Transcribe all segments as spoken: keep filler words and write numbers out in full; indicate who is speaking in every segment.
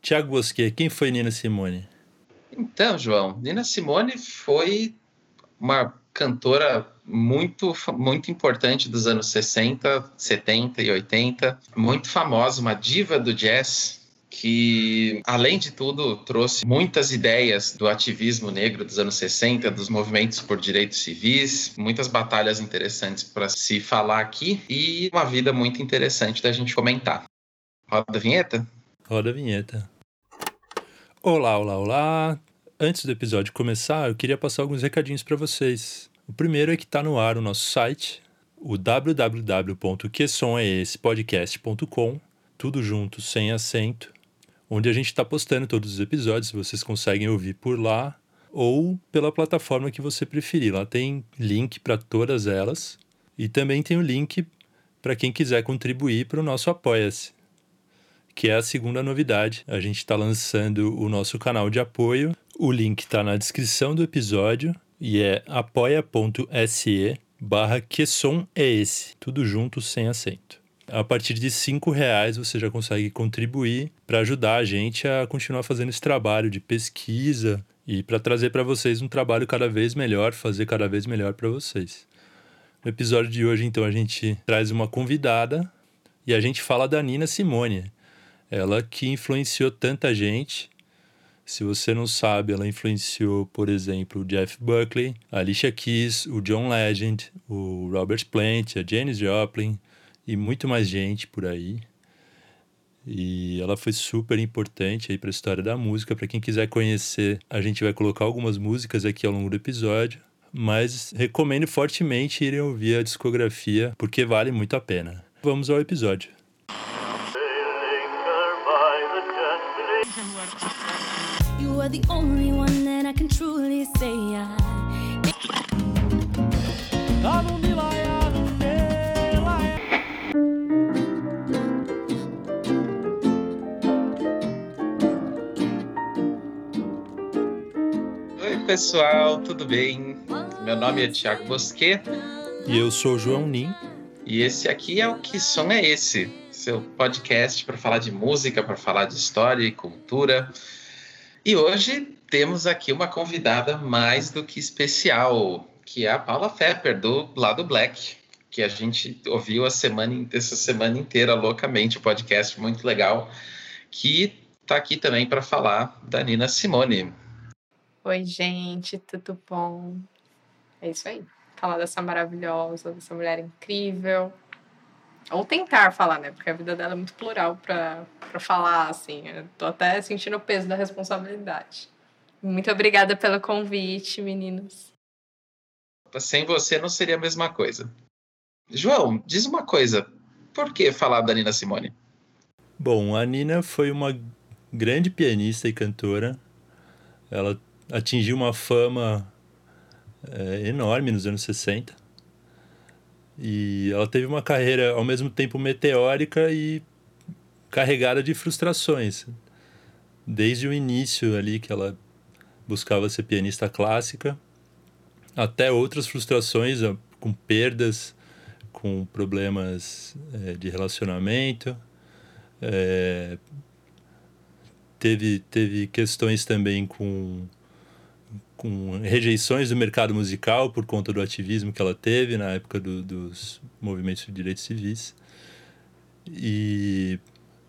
Speaker 1: Thiago Bosquet, quem foi Nina Simone?
Speaker 2: Então, João, Nina Simone foi uma cantora muito, muito importante dos anos sessenta, setenta e oitenta, muito famosa, uma diva do jazz, que, além de tudo, trouxe muitas ideias do ativismo negro dos anos sessenta, dos movimentos por direitos civis, muitas batalhas interessantes para se falar aqui e uma vida muito interessante da gente comentar. Roda a vinheta?
Speaker 1: Roda a vinheta. Olá, olá, olá! Antes do episódio começar, eu queria passar alguns recadinhos para vocês. O primeiro é que está no ar o nosso site, o w w w ponto que som é esse podcast ponto com, tudo junto, sem acento, onde a gente está postando todos os episódios, vocês conseguem ouvir por lá ou pela plataforma que você preferir. Lá tem link para todas elas e também tem o link para quem quiser contribuir para o nosso Apoia-se, que é a segunda novidade. A gente está lançando o nosso canal de apoio. O link está na descrição do episódio e é apoia.se barra que som é esse. Tudo junto, sem acento. A partir de cinco reais você já consegue contribuir para ajudar a gente a continuar fazendo esse trabalho de pesquisa e para trazer para vocês um trabalho cada vez melhor, fazer cada vez melhor para vocês. No episódio de hoje, então, a gente traz uma convidada e a gente fala da Nina Simone. Ela que influenciou tanta gente. Se você não sabe, ela influenciou, por exemplo, o Jeff Buckley, a Alicia Keys, o John Legend, o Robert Plant, a Janis Joplin e muito mais gente por aí. E ela foi super importante aí para a história da música. Para quem quiser conhecer, a gente vai colocar algumas músicas aqui ao longo do episódio. Mas recomendo fortemente irem ouvir a discografia, porque vale muito a pena. Vamos ao episódio.
Speaker 3: You are the only one that I can truly say I...
Speaker 2: Oi, pessoal, tudo bem? Meu nome é Thiago Bosquet.
Speaker 1: E eu sou o João Nin.
Speaker 2: E esse aqui é o Que Som é Esse? Seu podcast para falar de música, para falar de história e cultura. E hoje temos aqui uma convidada mais do que especial, que é a Paula Fepper, do Lado Black, que a gente ouviu a semana, essa semana inteira loucamente, um podcast muito legal, que está aqui também para falar da Nina Simone.
Speaker 4: Oi, gente, tudo bom? É isso aí, falar dessa maravilhosa, dessa mulher incrível. Ou tentar falar, né? Porque a vida dela é muito plural para falar, assim. Eu tô até sentindo o peso da responsabilidade. Muito obrigada pelo convite, meninos.
Speaker 2: Sem você não seria a mesma coisa. João, diz uma coisa. Por que falar da Nina Simone?
Speaker 1: Bom, a Nina foi uma grande pianista e cantora. Ela atingiu uma fama é, enorme nos anos sessenta. E ela teve uma carreira ao mesmo tempo meteórica e carregada de frustrações. Desde o início ali, que ela buscava ser pianista clássica, até outras frustrações com perdas, com problemas é, de relacionamento. É, teve, teve questões também com... com rejeições do mercado musical por conta do ativismo que ela teve na época do, dos movimentos de direitos civis. E,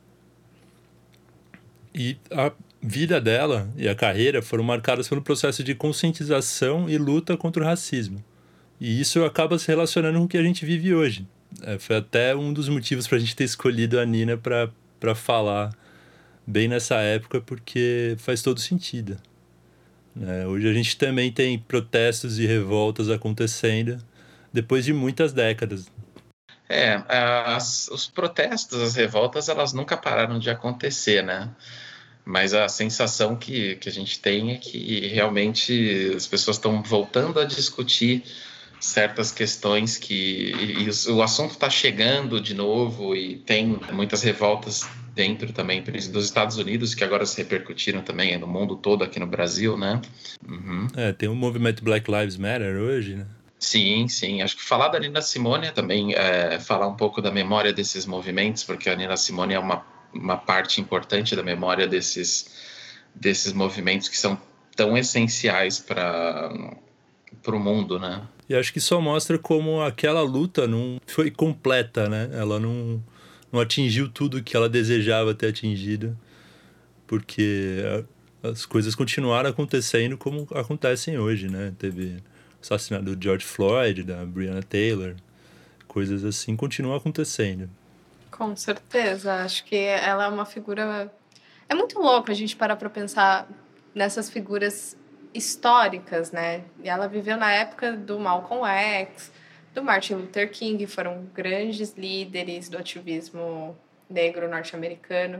Speaker 1: e a vida dela e a carreira foram marcadas pelo processo de conscientização e luta contra o racismo. E isso acaba se relacionando com o que a gente vive hoje. É, foi até um dos motivos para a gente ter escolhido a Nina para falar bem nessa época, porque faz todo sentido. É, hoje a gente também tem protestos e revoltas acontecendo depois de muitas décadas.
Speaker 2: É, as, os protestos, as revoltas, elas nunca pararam de acontecer, né? Mas a sensação que, que a gente tem é que realmente as pessoas estão voltando a discutir certas questões que e, e o assunto está chegando de novo e tem muitas revoltas dentro também dos Estados Unidos, que agora se repercutiram também no mundo todo, aqui no Brasil, né? Uhum.
Speaker 1: É, tem um movimento Black Lives Matter hoje, né?
Speaker 2: Sim, sim. Acho que falar da Nina Simone também é falar um pouco da memória desses movimentos, porque a Nina Simone é uma, uma parte importante da memória desses, desses movimentos que são tão essenciais para o mundo, né?
Speaker 1: E acho que só mostra como aquela luta não foi completa, né? Ela não, não atingiu tudo que ela desejava ter atingido, porque a, as coisas continuaram acontecendo como acontecem hoje, né? Teve o assassinato do George Floyd, da Breonna Taylor, coisas assim continuam acontecendo.
Speaker 4: Com certeza, acho que ela é uma figura... É muito louco a gente parar para pensar nessas figuras históricas, né? E ela viveu na época do Malcolm X, do Martin Luther King, foram grandes líderes do ativismo negro norte-americano.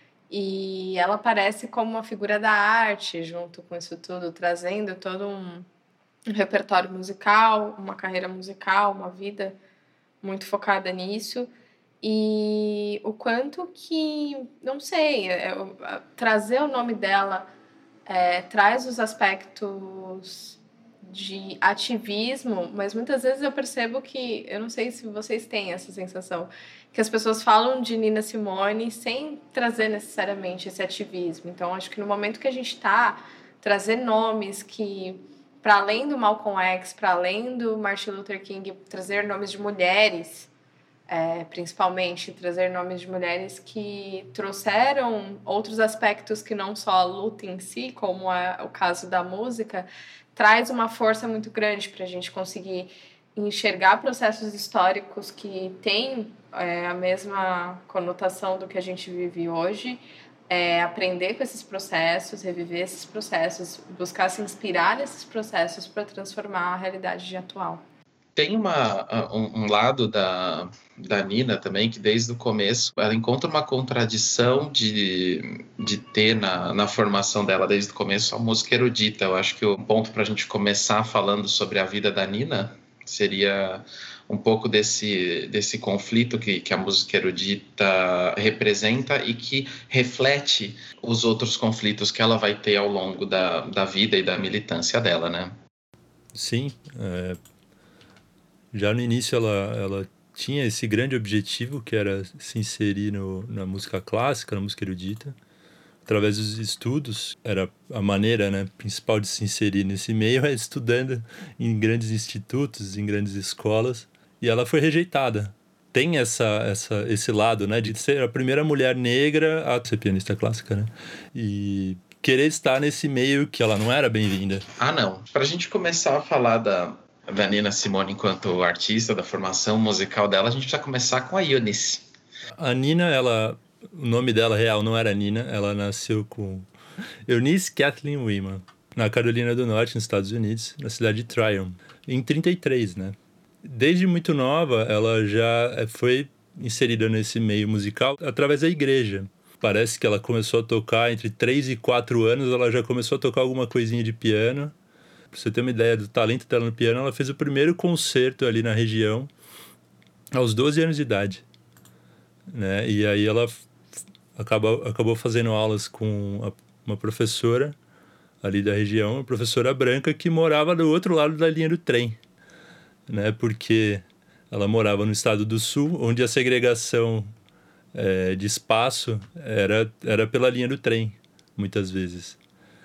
Speaker 4: E ela aparece como uma figura da arte junto com isso tudo, trazendo todo um, um repertório musical, uma carreira musical, uma vida muito focada nisso. E o quanto que, não sei, é, é, trazer o nome dela é, traz os aspectos de ativismo, mas muitas vezes eu percebo que, eu não sei se vocês têm essa sensação, que as pessoas falam de Nina Simone sem trazer necessariamente esse ativismo. Então, acho que no momento que a gente está, trazer nomes que, para além do Malcolm X, para além do Martin Luther King, trazer nomes de mulheres, É, principalmente trazer nomes de mulheres que trouxeram outros aspectos que não só a luta em si, como é o caso da música, traz uma força muito grande para a gente conseguir enxergar processos históricos que têm é, a mesma conotação do que a gente vive hoje, é, aprender com esses processos, reviver esses processos, buscar se inspirar nesses processos para transformar a realidade atual.
Speaker 2: Tem uma, um, um lado da, da Nina também, que desde o começo ela encontra uma contradição de, de ter na, na formação dela, desde o começo, a música erudita. Eu acho que o ponto para a gente começar falando sobre a vida da Nina seria um pouco desse, desse conflito que, que a música erudita representa e que reflete os outros conflitos que ela vai ter ao longo da, da vida e da militância dela, né?
Speaker 1: Sim, é... já no início ela, ela tinha esse grande objetivo, que era se inserir no, na música clássica, na música erudita. Através dos estudos, era a maneira, né, principal de se inserir nesse meio, é estudando em grandes institutos, em grandes escolas. E ela foi rejeitada. Tem essa, essa, esse lado, né, de ser a primeira mulher negra a ser pianista clássica, né? E querer estar nesse meio que ela não era bem-vinda.
Speaker 2: Ah, não. Para a gente começar a falar da... da Nina Simone enquanto artista, da formação musical dela, a gente precisa começar com a Eunice.
Speaker 1: A Nina, ela, o nome dela real não era Nina, ela nasceu com Eunice Kathleen Wyman, na Carolina do Norte, nos Estados Unidos, na cidade de Tryon, em trinta e três, né? Desde muito nova, ela já foi inserida nesse meio musical através da igreja. Parece que ela começou a tocar entre três e quatro anos, ela já começou a tocar alguma coisinha de piano. Pra você ter uma ideia do talento dela no piano, ela fez o primeiro concerto ali na região aos doze anos de idade, né? E aí ela acabou, acabou fazendo aulas com uma professora ali da região, uma professora branca que morava do outro lado da linha do trem, né? Porque ela morava no estado do Sul, onde a segregação é, de espaço era, era pela linha do trem, muitas vezes.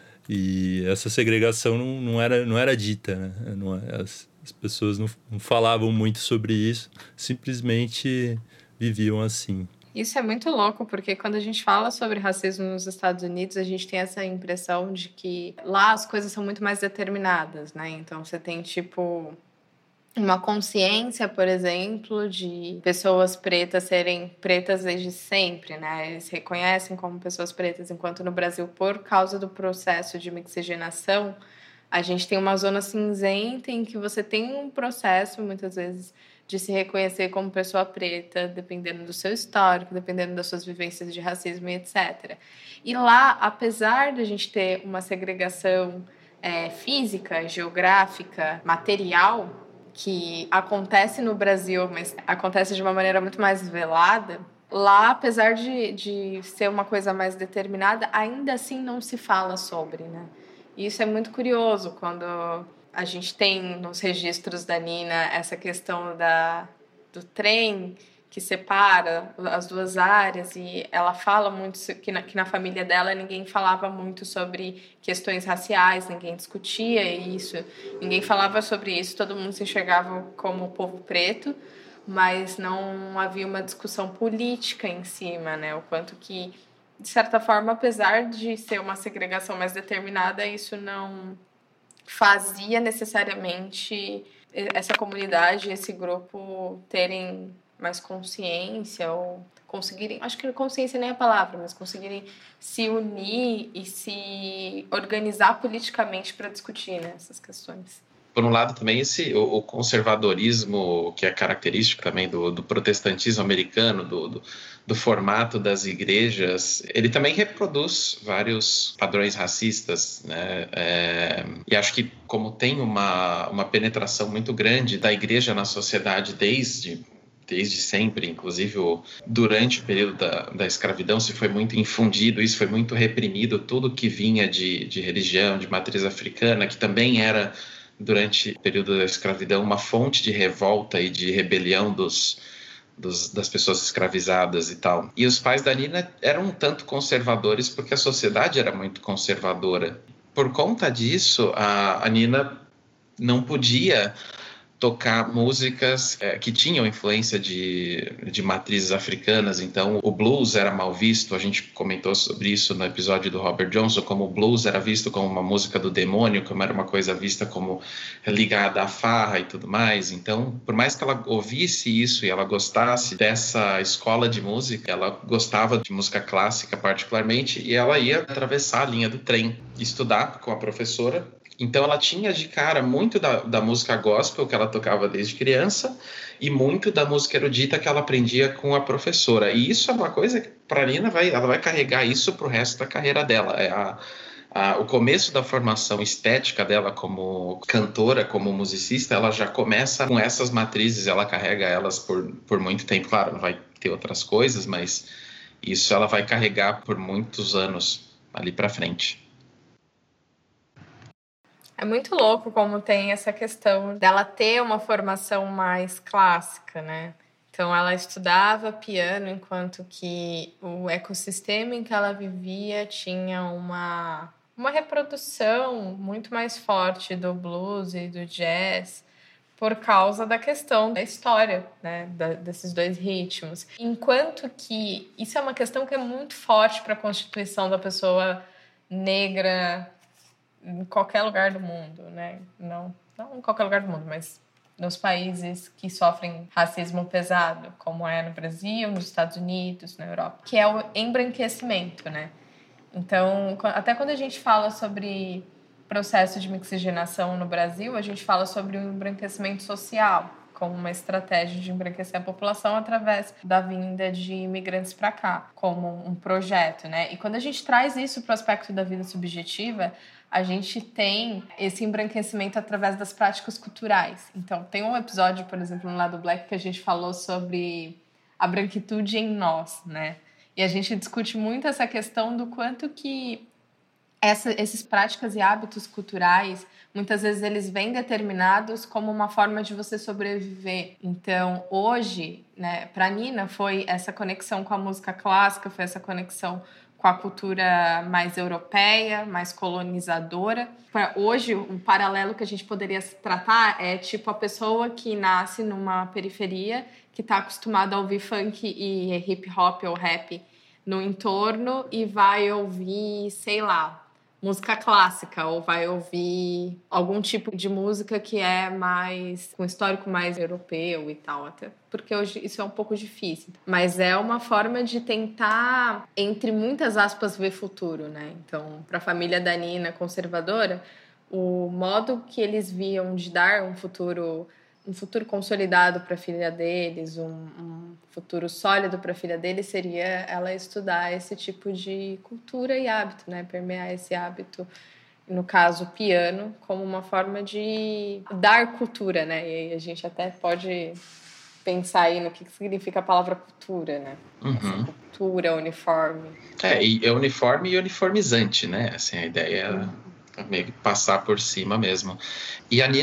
Speaker 1: E essa segregação não, não, era, não era dita, né? Não, as, as pessoas não, não falavam muito sobre isso, simplesmente viviam assim.
Speaker 4: Isso é muito louco, porque quando a gente fala sobre racismo nos Estados Unidos, a gente tem essa impressão de que lá as coisas são muito mais determinadas, né? Então você tem, tipo, uma consciência, por exemplo, de pessoas pretas serem pretas desde sempre, né? Eles se reconhecem como pessoas pretas, enquanto no Brasil, por causa do processo de mixigenação, a gente tem uma zona cinzenta em que você tem um processo, muitas vezes, de se reconhecer como pessoa preta, dependendo do seu histórico, dependendo das suas vivências de racismo e etcétera. E lá, apesar de a gente ter uma segregação é, física, geográfica, material, que acontece no Brasil, mas acontece de uma maneira muito mais velada, lá, apesar de, de ser uma coisa mais determinada, ainda assim não se fala sobre, né? E isso é muito curioso quando a gente tem nos registros da Nina essa questão da, do trem, que separa as duas áreas, e ela fala muito que na, que na família dela ninguém falava muito sobre questões raciais, ninguém discutia isso, ninguém falava sobre isso, todo mundo se enxergava como povo preto, mas não havia uma discussão política em cima, né? O quanto que, de certa forma, apesar de ser uma segregação mais determinada, isso não fazia necessariamente essa comunidade, esse grupo terem mais consciência ou conseguirem, acho que consciência nem é a palavra, mas conseguirem se unir e se organizar politicamente para discutir, né, essas questões.
Speaker 2: Por um lado também esse, o, o conservadorismo que é característico também do, do protestantismo americano, do, do, do formato das igrejas, ele também reproduz vários padrões racistas, né? É, e acho que como tem uma, uma penetração muito grande da igreja na sociedade desde... desde sempre, inclusive durante o período da, da escravidão, se foi muito infundido, isso foi muito reprimido, tudo que vinha de, de religião, de matriz africana, que também era, durante o período da escravidão, uma fonte de revolta e de rebelião dos, dos, das pessoas escravizadas e tal. E os pais da Nina eram um tanto conservadores, porque a sociedade era muito conservadora. Por conta disso, a, a Nina não podia tocar músicas é, que tinham influência de, de matrizes africanas, então o blues era mal visto, a gente comentou sobre isso no episódio do Robert Johnson, como o blues era visto como uma música do demônio, como era uma coisa vista como ligada à farra e tudo mais, então por mais que ela ouvisse isso e ela gostasse dessa escola de música, ela gostava de música clássica particularmente, e ela ia atravessar a linha do trem, estudar com a professora. Então ela tinha de cara muito da, da música gospel que ela tocava desde criança e muito da música erudita que ela aprendia com a professora. E isso é uma coisa que para a Nina vai, ela vai carregar isso para o resto da carreira dela. É a, a, o começo da formação estética dela como cantora, como musicista, ela já começa com essas matrizes, ela carrega elas por, por muito tempo. Claro, vai ter outras coisas, mas isso ela vai carregar por muitos anos ali para frente.
Speaker 4: É muito louco como tem essa questão dela ter uma formação mais clássica, né? Então, ela estudava piano, enquanto que o ecossistema em que ela vivia tinha uma, uma reprodução muito mais forte do blues e do jazz por causa da questão da história, né? Da, desses dois ritmos. Enquanto que isso é uma questão que é muito forte para a constituição da pessoa negra em qualquer lugar do mundo, né? Não, não em qualquer lugar do mundo, mas nos países que sofrem racismo pesado, como é no Brasil, nos Estados Unidos, na Europa, que é o embranquecimento, né? Então, até quando a gente fala sobre processo de mixigenação no Brasil, a gente fala sobre o embranquecimento social, como uma estratégia de embranquecer a população através da vinda de imigrantes para cá, como um projeto, né? E quando a gente traz isso para o aspecto da vida subjetiva, a gente tem esse embranquecimento através das práticas culturais. Então, tem um episódio, por exemplo, no Lado Black, que a gente falou sobre a branquitude em nós, né? E a gente discute muito essa questão do quanto que essa, esses práticas e hábitos culturais, muitas vezes eles vêm determinados como uma forma de você sobreviver. Então, hoje, né, para Nina, foi essa conexão com a música clássica, foi essa conexão com a cultura mais europeia, mais colonizadora. Para hoje, um paralelo que a gente poderia tratar é tipo a pessoa que nasce numa periferia, que está acostumada a ouvir funk e hip hop ou rap no entorno e vai ouvir, sei lá, música clássica, ou vai ouvir algum tipo de música que é mais com um histórico mais europeu e tal, até porque hoje isso é um pouco difícil, mas é uma forma de tentar, entre muitas aspas, ver futuro, né? Então, para a família da Nina conservadora, o modo que eles viam de dar um futuro um futuro consolidado para a filha deles, um, um futuro sólido para a filha deles, seria ela estudar esse tipo de cultura e hábito, né? Permear esse hábito, no caso, piano, como uma forma de dar cultura, né? E aí a gente até pode pensar aí no que significa a palavra cultura, né?
Speaker 2: Uhum.
Speaker 4: Essa cultura, uniforme.
Speaker 2: É, e é uniforme e uniformizante, né? Assim, a ideia é meio que passar por cima mesmo. E a Nina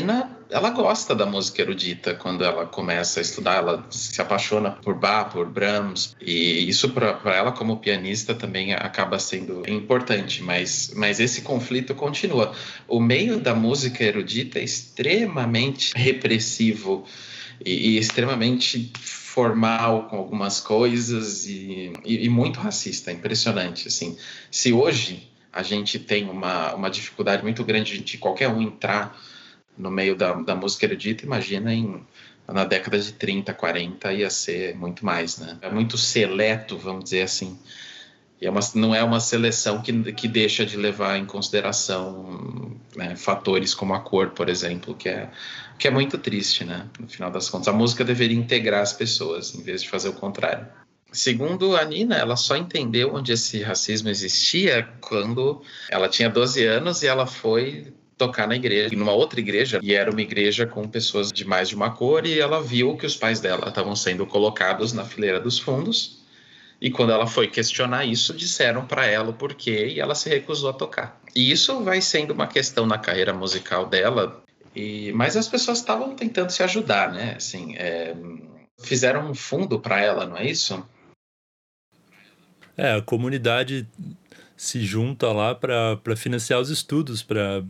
Speaker 2: ela gosta da música erudita quando ela começa a estudar, ela se apaixona por Bach, por Brahms, e isso para ela como pianista também acaba sendo importante, mas, mas esse conflito continua. O meio da música erudita é extremamente repressivo e, e extremamente formal com algumas coisas e, e, e muito racista, impressionante. Assim. Se hoje a gente tem uma, uma dificuldade muito grande de qualquer um entrar no meio da, da música erudita, imagina em, na década de trinta, quarenta ia ser muito mais, né? É muito seleto, vamos dizer assim. E é uma, não é uma seleção que, que deixa de levar em consideração, né, fatores como a cor, por exemplo, que é, que é muito triste, né? No final das contas, a música deveria integrar as pessoas, em vez de fazer o contrário. Segundo a Nina, ela só entendeu onde esse racismo existia quando ela tinha doze anos e ela foi tocar na igreja, numa outra igreja, e era uma igreja com pessoas de mais de uma cor, e ela viu que os pais dela estavam sendo colocados na fileira dos fundos. E quando ela foi questionar isso, disseram para ela o porquê e ela se recusou a tocar. E isso vai sendo uma questão na carreira musical dela, e, mas as pessoas estavam tentando se ajudar, né? Assim, é, fizeram um fundo para ela, não é isso?
Speaker 1: É, a comunidade se junta lá para financiar os estudos, para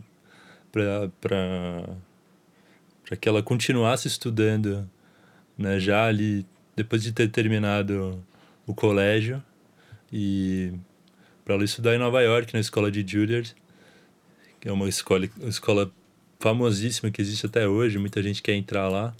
Speaker 1: que ela continuasse estudando, né? Já ali, depois de ter terminado o colégio, e para ela estudar em Nova York, na escola de Juilliard, que é uma escola, uma escola famosíssima que existe até hoje, muita gente quer entrar lá,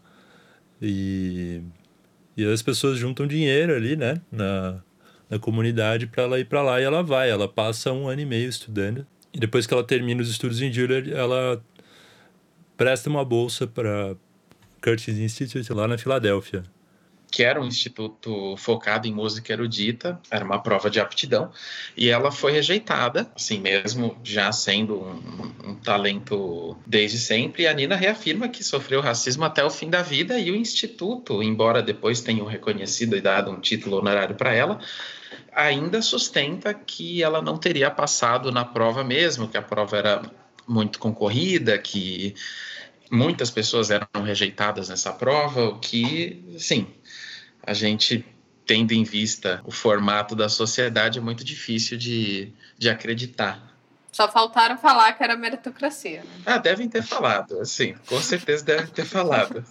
Speaker 1: e, e as pessoas juntam dinheiro ali, né, na, na comunidade para ela ir para lá, e ela vai, ela passa um ano e meio estudando, e depois que ela termina os estudos em Juilliard, ela presta uma bolsa para Curtis Institute lá na Filadélfia,
Speaker 2: que era um instituto focado em música erudita, era uma prova de aptidão, e ela foi rejeitada, assim mesmo, já sendo um, um talento desde sempre, e a Nina reafirma que sofreu racismo até o fim da vida, e o instituto, embora depois tenham reconhecido e dado um título honorário para ela, ainda sustenta que ela não teria passado na prova mesmo, que a prova era muito concorrida, que muitas pessoas eram rejeitadas nessa prova, o que, sim, a gente, tendo em vista o formato da sociedade, é muito difícil de, de acreditar.
Speaker 4: Só faltaram falar que era meritocracia, né?
Speaker 2: Ah, devem ter falado, assim, com certeza devem ter falado.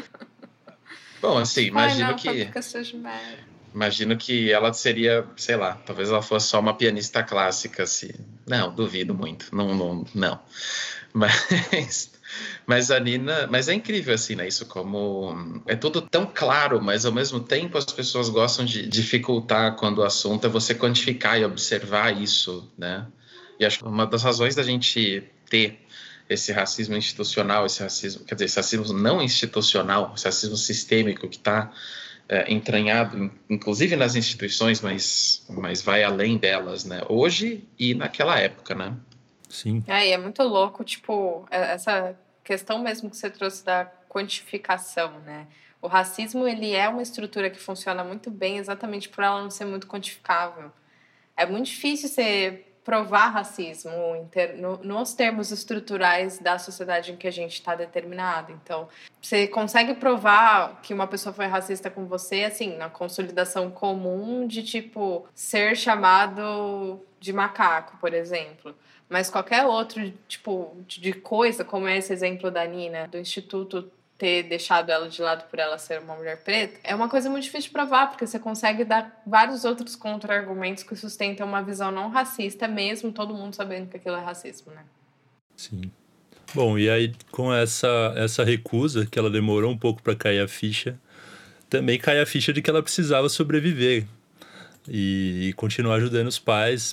Speaker 2: Bom, assim, imagino
Speaker 4: Ai, não,
Speaker 2: que...
Speaker 4: que
Speaker 2: imagino que ela seria, sei lá, talvez ela fosse só uma pianista clássica, assim. Não, duvido muito, não, não, não. Mas... Mas a Nina, mas é incrível assim, né? Isso como é tudo tão claro, mas ao mesmo tempo as pessoas gostam de dificultar quando o assunto é você quantificar e observar isso, né? E acho que uma das razões da gente ter esse racismo institucional, esse racismo, quer dizer, esse racismo não institucional, esse racismo sistêmico que está é, entranhado, inclusive nas instituições, mas, mas vai além delas, né? Hoje e naquela época, né?
Speaker 1: Sim.
Speaker 4: É, e é muito louco, tipo, essa questão mesmo que você trouxe da quantificação, né? O racismo, ele é uma estrutura que funciona muito bem exatamente por ela não ser muito quantificável. É muito difícil você provar racismo em ter, no, nos termos estruturais da sociedade em que a gente está determinado. Então, você consegue provar que uma pessoa foi racista com você, assim, na consolidação comum de, tipo, ser chamado de macaco, por exemplo. Mas qualquer outro tipo de coisa, como é esse exemplo da Nina, do instituto ter deixado ela de lado por ela ser uma mulher preta, é uma coisa muito difícil de provar, porque você consegue dar vários outros contra-argumentos que sustentam uma visão não racista, mesmo todo mundo sabendo que aquilo é racismo, né?
Speaker 1: Sim. Bom, e aí com essa, essa recusa, que ela demorou um pouco para cair a ficha, também cai a ficha de que ela precisava sobreviver e, e continuar ajudando os pais,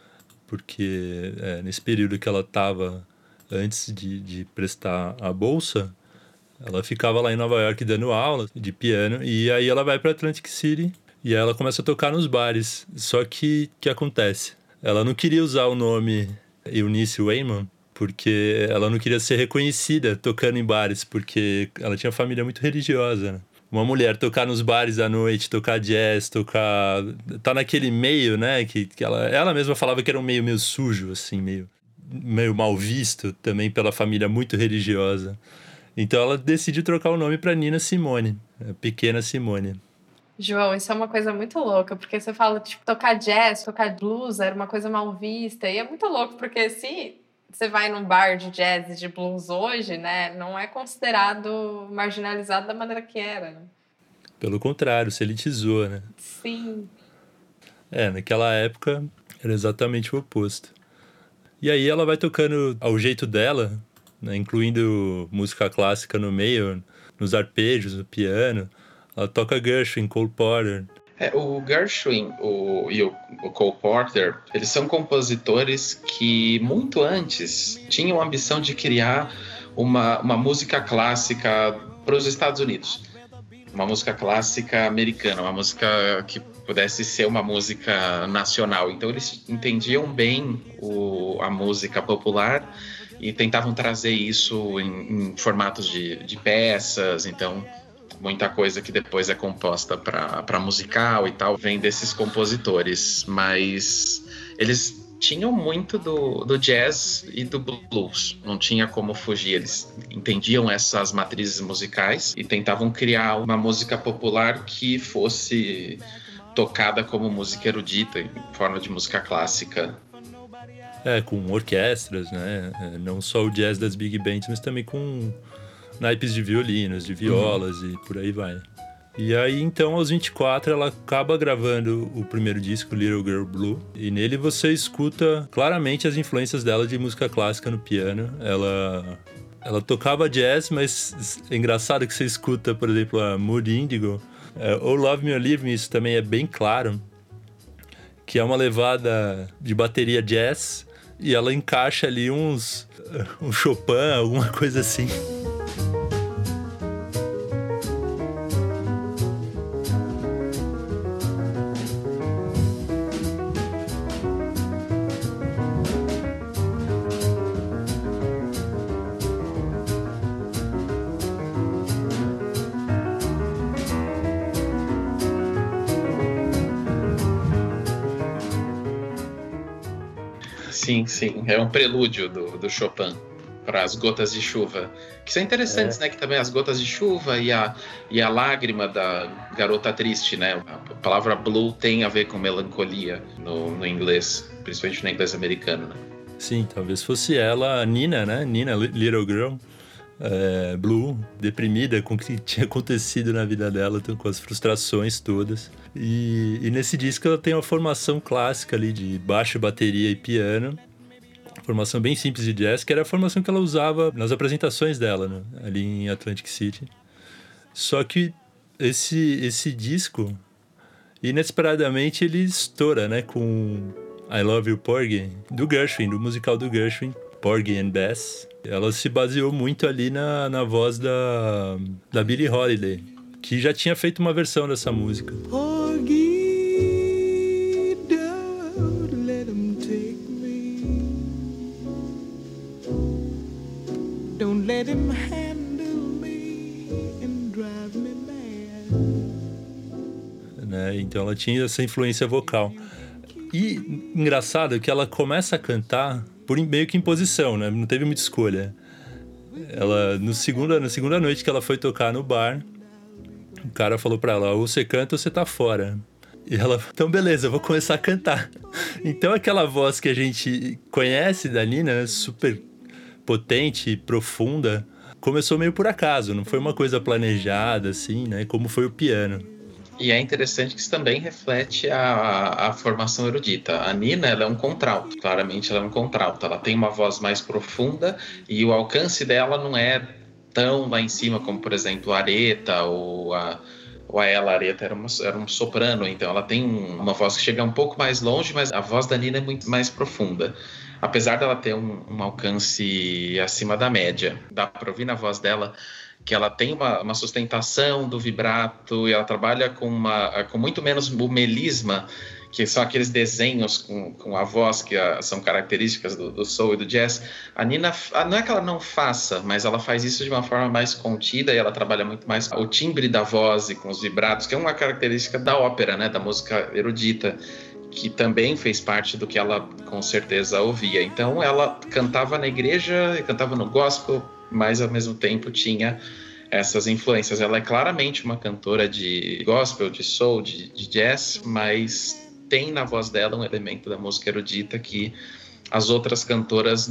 Speaker 1: porque é, nesse período que ela estava antes de, de prestar a bolsa, ela ficava lá em Nova York dando aula de piano, e aí ela vai para Atlantic City e ela começa a tocar nos bares. Só que o que acontece? Ela não queria usar o nome Eunice Wayman porque ela não queria ser reconhecida tocando em bares, porque ela tinha família muito religiosa, né? Uma mulher tocar nos bares à noite, tocar jazz, tocar... Tá naquele meio, né? Que, que ela, ela mesma falava que era um meio meio sujo, assim, meio, meio mal visto também pela família muito religiosa. Então ela decidiu trocar o nome para Nina Simone, a pequena Simone.
Speaker 4: João, isso é uma coisa muito louca, porque você fala, tipo, tocar jazz, tocar blues era uma coisa mal vista, e é muito louco, porque se você vai num bar de jazz e de blues hoje, né, não é considerado marginalizado da maneira que era, né?
Speaker 1: Pelo contrário, se elitizou, né?
Speaker 4: Sim.
Speaker 1: É, naquela época era exatamente o oposto. E aí ela vai tocando ao jeito dela, né, incluindo música clássica no meio, nos arpejos, no piano. Ela toca Gershwin, Cole Porter.
Speaker 2: É, o Gershwin o, e o, o Cole Porter, eles são compositores que muito antes tinham a ambição de criar uma, uma música clássica para os Estados Unidos. Uma música clássica americana, uma música que pudesse ser uma música nacional. Então eles entendiam bem o, a música popular e tentavam trazer isso em, em formatos de, de peças. Então muita coisa que depois é composta para musical e tal vem desses compositores, mas eles tinham muito do, do jazz e do blues, não tinha como fugir, eles entendiam essas matrizes musicais e tentavam criar uma música popular que fosse tocada como música erudita, em forma de música clássica.
Speaker 1: É, com orquestras, né? Não só o jazz das big bands, mas também com naipes de violinos, de violas uhum. e por aí vai. E aí, então, aos vinte e quatro, ela acaba gravando o primeiro disco, Little Girl Blue. E nele você escuta claramente as influências dela de música clássica no piano. Ela, ela tocava jazz, mas é engraçado que você escuta, por exemplo, a Mood Indigo. É, ou Love Me or Leave Me, isso também é bem claro. Que é uma levada de bateria jazz. E ela encaixa ali uns... um Chopin, alguma coisa assim.
Speaker 2: Sim, sim. É um prelúdio do, do Chopin para as gotas de chuva. Que são interessantes, é. né? Que também as gotas de chuva e a, e a lágrima da garota triste, né? A palavra blue tem a ver com melancolia no, no inglês, principalmente no inglês americano, né?
Speaker 1: Sim, talvez fosse ela, a Nina, né? Nina, Little Girl, é, Blue, deprimida com o que tinha acontecido na vida dela, com as frustrações todas. E, e nesse disco ela tem uma formação clássica ali de baixo, bateria e piano. Formação bem simples de jazz, que era a formação que ela usava nas apresentações dela, né? Ali em Atlantic City. Só que esse, esse disco, inesperadamente, ele estoura, né? Com I Love You Porgy, do Gershwin, do musical do Gershwin, Porgy and Bess. Ela se baseou muito ali na, na voz da, da Billie Holiday, que já tinha feito uma versão dessa música.
Speaker 5: Porgy, don't let him take me. Don't let him handle me and drive me mad.
Speaker 1: Né? Então ela tinha essa influência vocal. E engraçado que ela começa a cantar por meio que imposição, né? Não teve muita escolha. Ela, no segunda, na segunda noite que ela foi tocar no bar, o cara falou pra ela, ou você canta ou você tá fora. E ela, então beleza, eu vou começar a cantar. Então aquela voz que a gente conhece da Nina, super potente e profunda, começou meio por acaso, não foi uma coisa planejada, assim, né? Como foi o piano.
Speaker 2: E é interessante que isso também reflete a, a formação erudita. A Nina, ela é um contralto, claramente ela é um contralto. Ela tem uma voz mais profunda e o alcance dela não é tão lá em cima como, por exemplo, a Aretha ou a, ou a ela. A Aretha era, uma, era um soprano, então ela tem uma voz que chega um pouco mais longe, mas a voz da Nina é muito mais profunda. Apesar dela ter um, um alcance acima da média. Dá para ouvir na voz dela que ela tem uma, uma sustentação do vibrato e ela trabalha com, uma, com muito menos o melisma, que são aqueles desenhos com, com a voz que a, são características do, do soul e do jazz. A Nina, não é que ela não faça, mas ela faz isso de uma forma mais contida e ela trabalha muito mais o timbre da voz e com os vibratos, que é uma característica da ópera, né, da música erudita, que também fez parte do que ela com certeza ouvia. Então ela cantava na igreja, cantava no gospel, mas ao mesmo tempo tinha essas influências. Ela é claramente uma cantora de gospel, de soul, de, de jazz, mas tem na voz dela um elemento da música erudita que as outras cantoras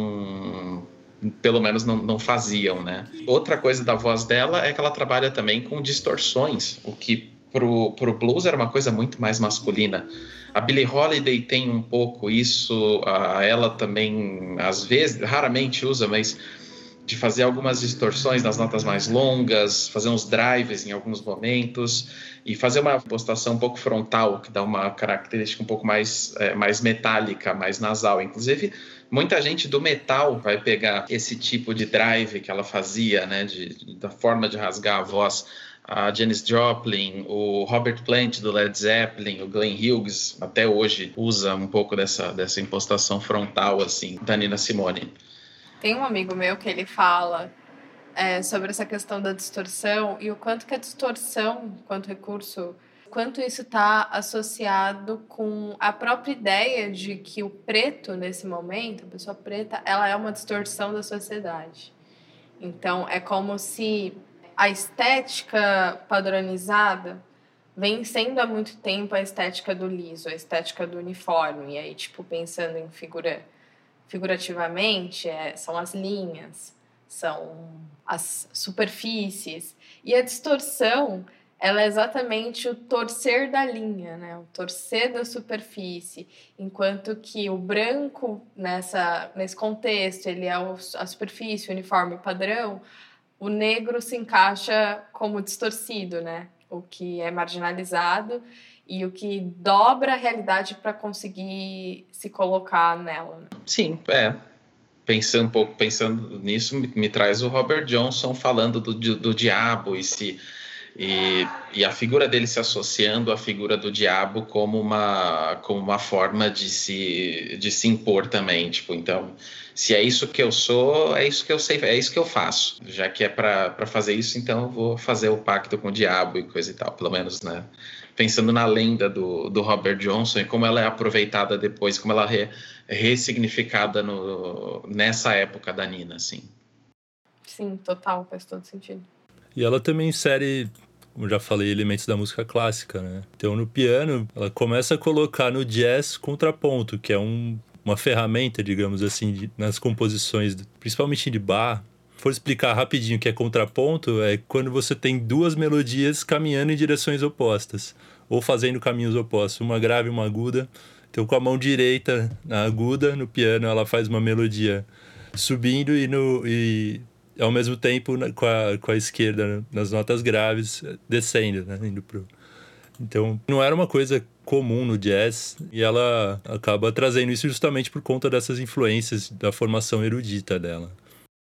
Speaker 2: não, pelo menos não, não faziam, né? Outra coisa da voz dela é que ela trabalha também com distorções, o que pro, pro blues era uma coisa muito mais masculina. A Billie Holiday tem um pouco isso, a, ela também, às vezes, raramente usa, mas de fazer algumas distorções nas notas mais longas, fazer uns drives em alguns momentos e fazer uma impostação um pouco frontal, que dá uma característica um pouco mais, é, mais metálica, mais nasal. Inclusive, muita gente do metal vai pegar esse tipo de drive que ela fazia, né, de, da forma de rasgar a voz. A Janis Joplin, o Robert Plant do Led Zeppelin, o Glenn Hughes, até hoje usa um pouco dessa, dessa impostação frontal assim, da Nina Simone.
Speaker 4: Tem um amigo meu que ele fala é, sobre essa questão da distorção e o quanto que a distorção, quanto recurso, quanto isso está associado com a própria ideia de que o preto, nesse momento, a pessoa preta, ela é uma distorção da sociedade. Então, é como se a estética padronizada vem sendo há muito tempo a estética do liso, a estética do uniforme. E aí, tipo, pensando em figura... figurativamente, é, são as linhas, são as superfícies. E a distorção, ela é exatamente o torcer da linha, né? O torcer da superfície. Enquanto que o branco, nessa, nesse contexto, ele é o, a superfície, o uniforme padrão, o negro se encaixa como distorcido, né? O que é marginalizado e o que dobra a realidade para conseguir se colocar nela.
Speaker 2: Sim, é. Pensando um pouco, pensando nisso, me, me traz o Robert Johnson falando do, do, do diabo e, se, e, e a figura dele se associando à figura do diabo como uma, como uma forma de se, de se impor também. Tipo, então, se é isso que eu sou, é isso que eu sei, é isso que eu faço. Já que é para fazer isso, então eu vou fazer o pacto com o diabo e coisa e tal, pelo menos, né? Pensando na lenda do, do Robert Johnson e como ela é aproveitada depois, como ela é ressignificada no, nessa época da Nina, assim.
Speaker 4: Sim, total, faz todo sentido.
Speaker 1: E ela também insere, como já falei, elementos da música clássica, né? Então, no piano, ela começa a colocar no jazz contraponto, que é um, uma ferramenta, digamos assim, de, nas composições, principalmente de Bach. Se for explicar rapidinho o que é contraponto, é quando você tem duas melodias caminhando em direções opostas, ou fazendo caminhos opostos, uma grave e uma aguda. Então, com a mão direita na aguda, no piano, ela faz uma melodia subindo e, no, e ao mesmo tempo, na, com, a, com a esquerda, nas notas graves, descendo, né? Indo pro... Então, não era uma coisa comum no jazz, e ela acaba trazendo isso justamente por conta dessas influências da formação erudita dela.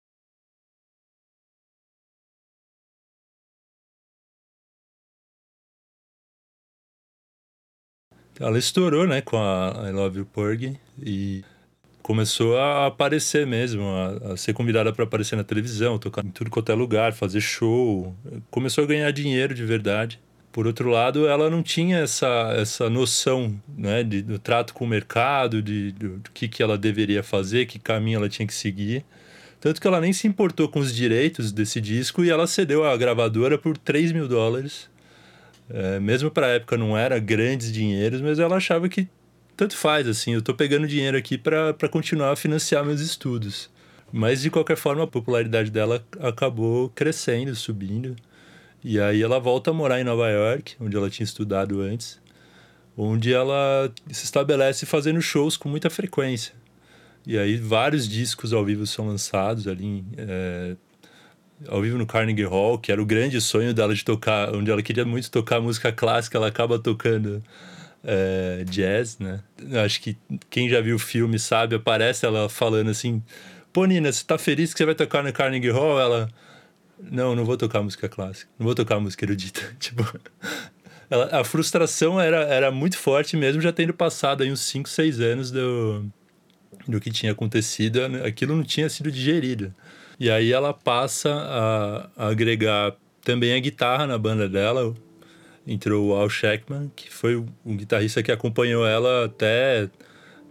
Speaker 1: Ela estourou, né, com a I Love You Porgy e começou a aparecer mesmo, a, a ser convidada para aparecer na televisão, tocar em tudo quanto é lugar, fazer show. Começou a ganhar dinheiro de verdade. Por outro lado, ela não tinha essa, essa noção, né, de, do trato com o mercado, de, do, do que, que ela deveria fazer, que caminho ela tinha que seguir. Tanto que ela nem se importou com os direitos desse disco e ela cedeu à gravadora por três mil dólares. É, mesmo para a época não era grandes dinheiros, mas ela achava que tanto faz, assim, eu tô pegando dinheiro aqui para continuar a financiar meus estudos. Mas, de qualquer forma, a popularidade dela acabou crescendo, subindo. E aí ela volta a morar em Nova York, onde ela tinha estudado antes, onde ela se estabelece fazendo shows com muita frequência. E aí vários discos ao vivo são lançados ali, é, ao vivo no Carnegie Hall, que era o grande sonho dela de tocar, onde ela queria muito tocar música clássica, ela acaba tocando é, jazz, né? Acho que quem já viu o filme sabe, aparece ela falando assim, pô, Nina, você tá feliz que você vai tocar no Carnegie Hall? Ela, não, não vou tocar música clássica, não vou tocar música erudita. Tipo, ela, a frustração era, era muito forte mesmo, já tendo passado aí uns cinco, seis anos do, do que tinha acontecido, aquilo não tinha sido digerido. E aí ela passa a, a agregar também a guitarra na banda dela. Entrou o Al Sheckman, que foi o, o guitarrista que acompanhou ela até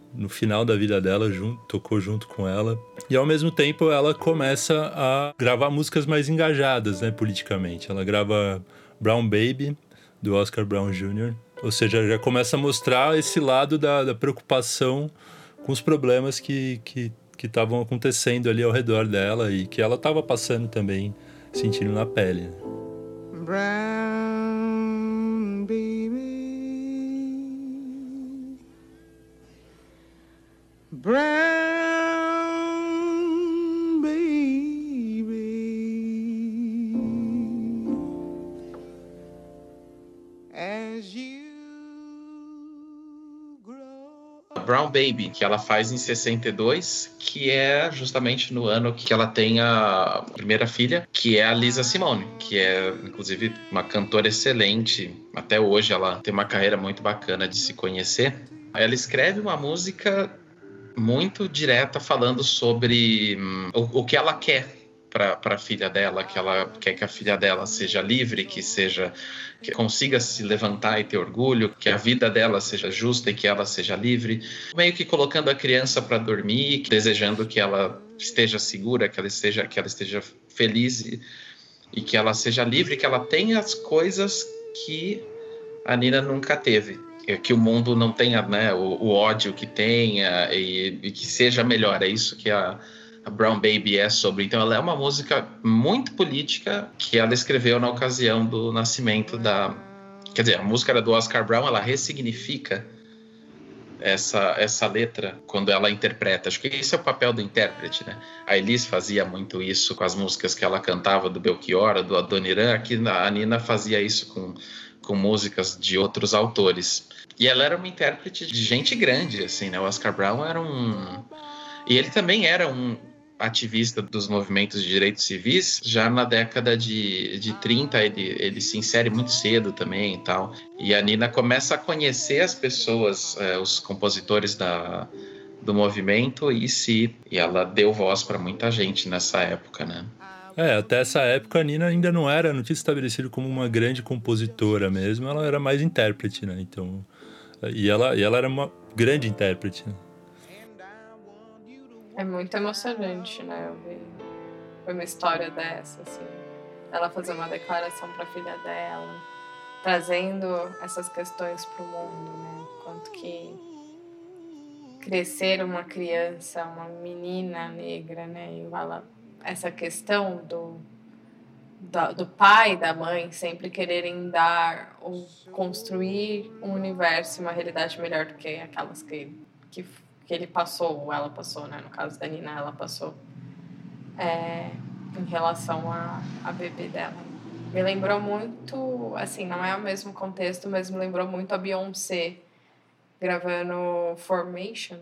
Speaker 1: no final da vida dela, junto, tocou junto com ela. E ao mesmo tempo ela começa a gravar músicas mais engajadas, né, politicamente. Ela grava Brown Baby, do Oscar Brown Júnior Ou seja, já começa a mostrar esse lado da, da preocupação com os problemas que que que estavam acontecendo ali ao redor dela e que ela estava passando também, sentindo na pele. Né?
Speaker 5: Brown baby, brown baby, as you grow.
Speaker 2: Brown Baby, que ela faz em sessenta e dois, que é justamente no ano que ela tem a primeira filha, que é a Lisa Simone, que é, inclusive, uma cantora excelente. Até hoje ela tem uma carreira muito bacana de se conhecer. Ela escreve uma música muito direta falando sobre hum, o, o que ela quer para a filha dela, que ela quer que a filha dela seja livre, que seja que consiga se levantar e ter orgulho, que a vida dela seja justa e que ela seja livre, meio que colocando a criança para dormir, desejando que ela esteja segura, que ela esteja, que ela esteja feliz e, e que ela seja livre, que ela tenha as coisas que a Nina nunca teve. Que o mundo não tenha, né, o, o ódio que tenha e, e que seja melhor. É isso que a, a Brown Baby é sobre. Então ela é uma música muito política que ela escreveu na ocasião do nascimento da... Quer dizer, a música era do Oscar Brown, ela ressignifica essa, essa letra quando ela interpreta. Acho que esse é o papel do intérprete, né? A Elis fazia muito isso com as músicas que ela cantava do Belchior, do Adoniran. Aqui a Nina fazia isso com... com músicas de outros autores. E ela era uma intérprete de gente grande, assim, né? O Oscar Brown era um... E ele também era um ativista dos movimentos de direitos civis. Já na década de, de trinta, ele, ele se insere muito cedo também e tal. E a Nina começa a conhecer as pessoas, eh, os compositores da, do movimento e se... E ela deu voz para muita gente nessa época, né?
Speaker 1: É, até essa época a Nina ainda não era, não tinha estabelecido como uma grande compositora mesmo, ela era mais intérprete, né? Então, e ela, e ela era uma grande intérprete, né?
Speaker 4: É muito emocionante, né? Eu ver foi uma história dessa, assim. Ela fazer uma declaração para a filha dela, trazendo essas questões para o mundo, né? Quanto que crescer uma criança, uma menina negra, né? E ela... essa questão do, da, do pai e da mãe sempre quererem dar ou construir um universo e uma realidade melhor do que aquelas que, que, que ele passou, ou ela passou, né? No caso da Nina, ela passou é, em relação a, a bebê dela. Me lembrou muito, assim, não é o mesmo contexto, mas me lembrou muito a Beyoncé gravando Formation,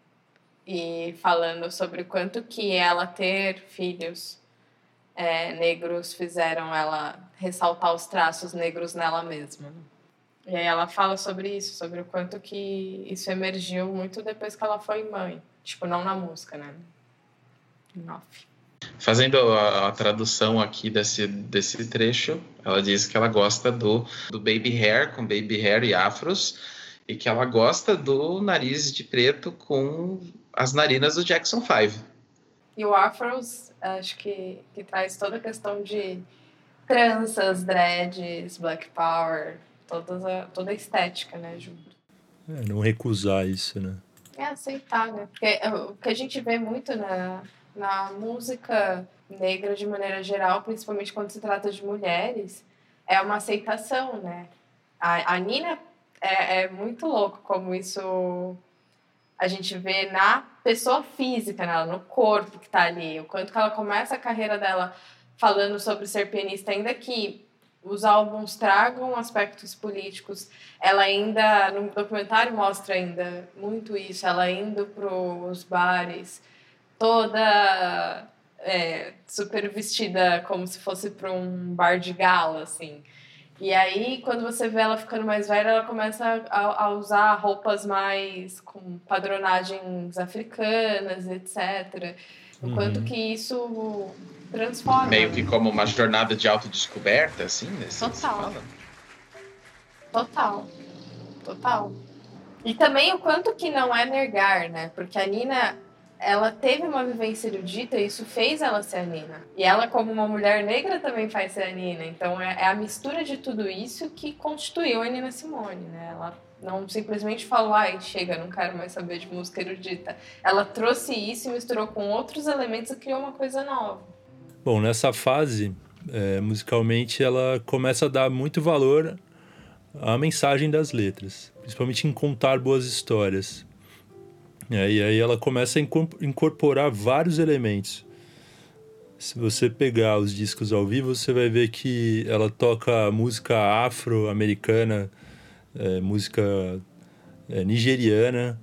Speaker 4: e falando sobre o quanto que ela ter filhos é, negros fizeram ela ressaltar os traços negros nela mesma. E aí ela fala sobre isso, sobre o quanto que isso emergiu muito depois que ela foi mãe. Tipo, não na música, né? Em off.
Speaker 2: Fazendo a, a tradução aqui desse, desse trecho, ela diz que ela gosta do, do baby hair, com baby hair e afros, e que ela gosta do nariz de preto com as narinas do Jackson five.
Speaker 4: E o afros, acho que, que traz toda a questão de tranças, dreads, black power, toda a, toda a estética, né, junto.
Speaker 1: É, não recusar isso, né?
Speaker 4: É aceitar, né? Porque o que a gente vê muito na, na música negra de maneira geral, principalmente quando se trata de mulheres, é uma aceitação, né? A, a Nina é, é muito louco como isso a gente vê na pessoa física, né? No corpo que tá ali, o quanto que ela começa a carreira dela falando sobre ser pianista, ainda que os álbuns tragam aspectos políticos, ela ainda, no documentário mostra ainda muito isso, ela indo pros bares, toda é, super vestida como se fosse para um bar de gala, assim. E aí, quando você vê ela ficando mais velha, ela começa a, a usar roupas mais com padronagens africanas, etcétera. O
Speaker 1: Uhum.
Speaker 4: quanto que isso transforma.
Speaker 2: Meio que como uma jornada de autodescoberta, assim, nesse
Speaker 4: Total. Total. Total. E também o quanto que não é negar, né? Porque a Nina, ela teve uma vivência erudita e isso fez ela ser a Nina. E ela, como uma mulher negra, também faz ser a Nina. Então é, é a mistura de tudo isso que constituiu a Nina Simone, né? Ela não simplesmente falou, ai, chega, não quero mais saber de música erudita. Ela trouxe isso e misturou com outros elementos e criou uma coisa nova.
Speaker 1: Bom, nessa fase, é, musicalmente, ela começa a dar muito valor à mensagem das letras, principalmente em contar boas histórias. É, e aí ela começa a incorporar vários elementos. Se você pegar os discos ao vivo, você vai ver que ela toca música afro-americana, é, música é, nigeriana.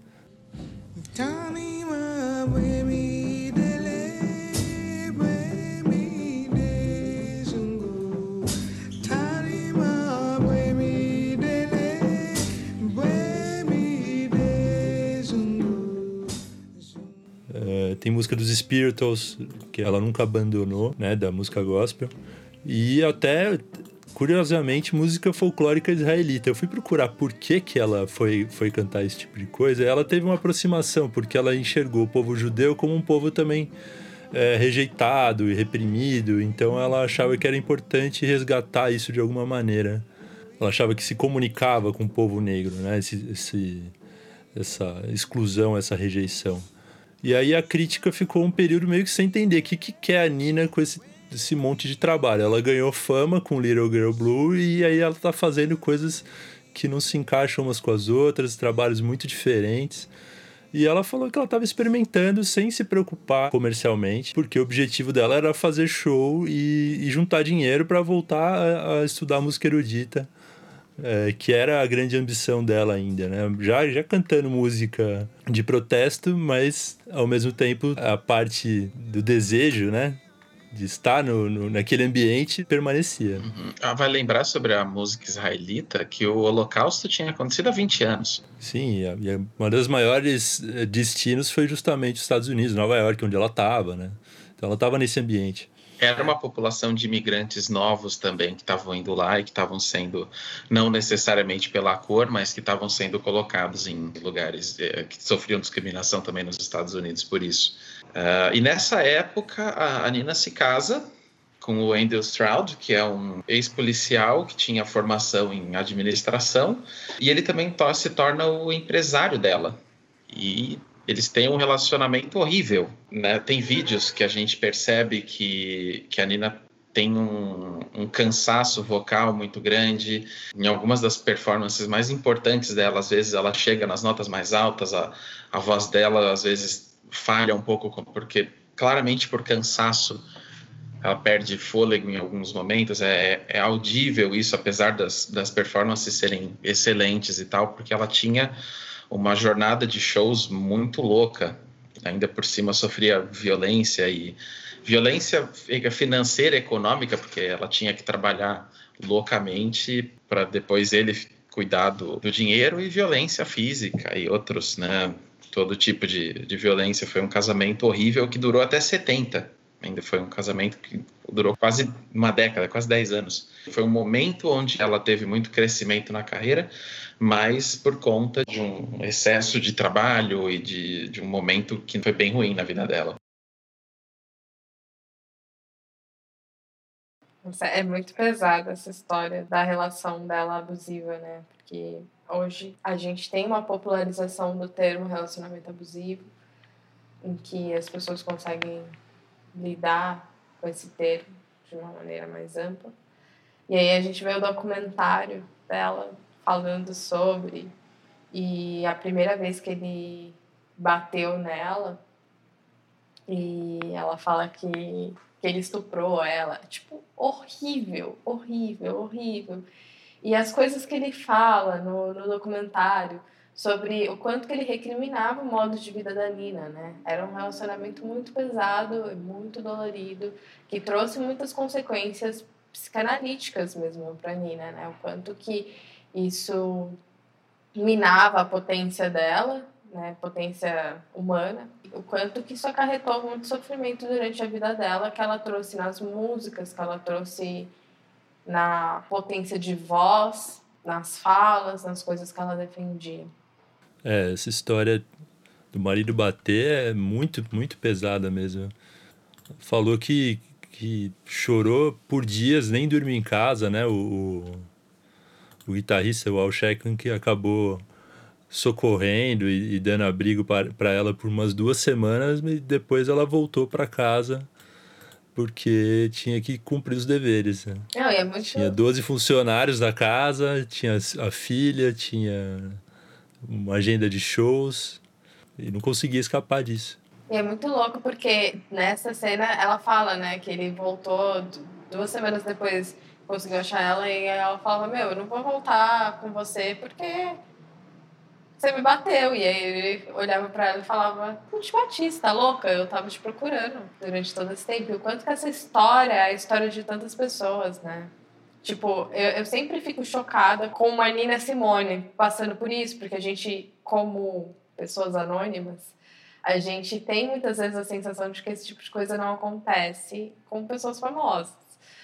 Speaker 1: É, tem música dos Spirituals, que ela nunca abandonou, né, da música gospel. E até, curiosamente, música folclórica israelita. Eu fui procurar por que, que ela foi, foi cantar esse tipo de coisa. Ela teve uma aproximação, porque ela enxergou o povo judeu como um povo também é, rejeitado e reprimido. Então ela achava que era importante resgatar isso de alguma maneira. Ela achava que se comunicava com o povo negro, né? Esse, esse, essa exclusão, essa rejeição. E aí a crítica ficou um período meio que sem entender o que, que quer a Nina com esse, esse monte de trabalho. Ela ganhou fama com Little Girl Blue e aí ela tá fazendo coisas que não se encaixam umas com as outras, trabalhos muito diferentes. E ela falou que ela estava experimentando sem se preocupar comercialmente, porque o objetivo dela era fazer show e, e juntar dinheiro para voltar a, a estudar música erudita. É, que era a grande ambição dela ainda, né? Já, já cantando música de protesto, mas ao mesmo tempo a parte do desejo, né? De estar no, no, naquele ambiente permanecia.
Speaker 2: Uhum. Ah, vai lembrar sobre a música israelita que o Holocausto tinha acontecido há vinte anos.
Speaker 1: Sim, e, a, e uma das maiores destinos foi justamente os Estados Unidos, Nova York, onde ela estava, né? Então ela estava nesse ambiente.
Speaker 2: Era uma população de imigrantes novos também que estavam indo lá e que estavam sendo, não necessariamente pela cor, mas que estavam sendo colocados em lugares eh, que sofriam discriminação também nos Estados Unidos por isso. Uh, e nessa época, a, a Nina se casa com o Wendell Stroud, que é um ex-policial que tinha formação em administração, e ele também to- se torna o empresário dela. E eles têm um relacionamento horrível, né? Tem vídeos que a gente percebe que, que a Nina tem um, um cansaço vocal muito grande. Em algumas das performances mais importantes dela, às vezes ela chega nas notas mais altas, a, a voz dela às vezes falha um pouco, porque claramente por cansaço ela perde fôlego em alguns momentos. É, é audível isso, apesar das, das performances serem excelentes e tal, porque ela tinha uma jornada de shows muito louca. Ainda por cima sofria violência e violência financeira, econômica, porque ela tinha que trabalhar loucamente para depois ele cuidar do, do dinheiro, e violência física e outros, né? Todo tipo de, de violência. Foi um casamento horrível que durou até setenta. Ainda foi um casamento que durou quase uma década, quase dez anos. Foi um momento onde ela teve muito crescimento na carreira, mas por conta de um excesso de trabalho e de, de um momento que foi bem ruim na vida dela.
Speaker 4: É muito pesada essa história da relação dela abusiva, né? Porque hoje a gente tem uma popularização do termo relacionamento abusivo, em que as pessoas conseguem lidar com esse termo de uma maneira mais ampla. E aí a gente vê o documentário dela falando sobre, e a primeira vez que ele bateu nela, e ela fala que, que ele estuprou ela. Tipo, horrível, horrível, horrível. E as coisas que ele fala no, no documentário sobre o quanto que ele recriminava o modo de vida da Nina, né? Era um relacionamento muito pesado, muito dolorido, que trouxe muitas consequências psicanalíticas mesmo para Nina, né? O quanto que isso minava a potência dela, né? Potência humana. O quanto que isso acarretou muito sofrimento durante a vida dela, que ela trouxe nas músicas, que ela trouxe na potência de voz, nas falas, nas coisas que ela defendia.
Speaker 1: É, essa história do marido bater é muito, muito pesada mesmo. Falou que, que chorou por dias, nem dormiu em casa, né? O, o, o guitarrista, o Al Sheckman, que acabou socorrendo e, e dando abrigo para ela por umas duas semanas, e depois ela voltou para casa porque tinha que cumprir os deveres, né?
Speaker 4: Não, e é muito...
Speaker 1: Tinha doze funcionários na casa, tinha a filha, tinha uma agenda de shows e não conseguia escapar disso.
Speaker 4: E é muito louco porque nessa cena ela fala, né, que ele voltou duas semanas depois, conseguiu achar ela, e ela falava, meu, eu não vou voltar com você porque você me bateu. E aí ele olhava pra ela e falava, não te bati, você tá louca? Eu tava te procurando durante todo esse tempo. E o quanto que essa história é a história de tantas pessoas, né? Tipo, eu, eu sempre fico chocada com uma Nina Simone passando por isso, porque a gente, como pessoas anônimas, a gente tem muitas vezes a sensação de que esse tipo de coisa não acontece com pessoas famosas.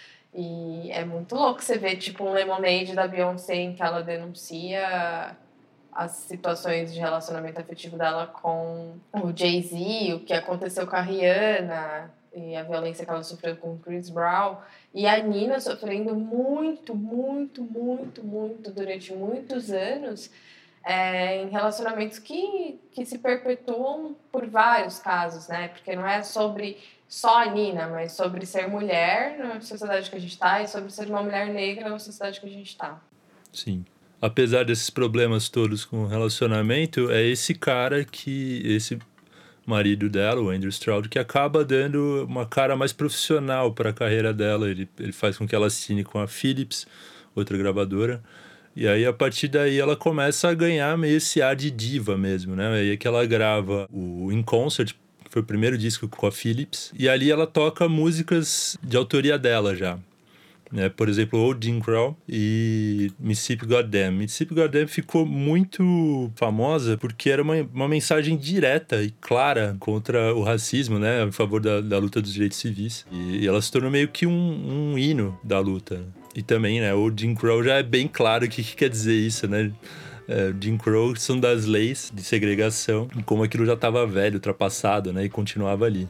Speaker 4: E é muito louco você ver, tipo, um Lemonade da Beyoncé em que ela denuncia as situações de relacionamento afetivo dela com o Jay-Z, o que aconteceu com a Rihanna e a violência que ela sofreu com o Chris Brown. E a Nina sofrendo muito, muito, muito, muito durante muitos anos é, em relacionamentos que, que se perpetuam por vários casos, né? Porque não é sobre só a Nina, mas sobre ser mulher na sociedade que a gente está e sobre ser uma mulher negra na sociedade que a gente está.
Speaker 1: Sim. Apesar desses problemas todos com o relacionamento, é esse cara que, esse marido dela, o Andrew Stroud, que acaba dando uma cara mais profissional para a carreira dela. Ele, ele faz com que ela assine com a Philips, outra gravadora. E aí, a partir daí, ela começa a ganhar meio esse ar de diva mesmo, né? Aí é que ela grava o In Concert, que foi o primeiro disco com a Philips. E ali ela toca músicas de autoria dela já. Né? Por exemplo, Old Jim Crow e Mississippi Goddam. Mississippi Goddam ficou muito famosa porque era uma, uma mensagem direta e clara contra o racismo, né? A favor da, da luta dos direitos civis. E, e ela se tornou meio que um, um hino da luta. E também, né, Old Jim Crow já é bem claro o que, que quer dizer isso, né? É, Jim Crow são das leis de segregação e como aquilo já estava velho, ultrapassado, né? E continuava ali.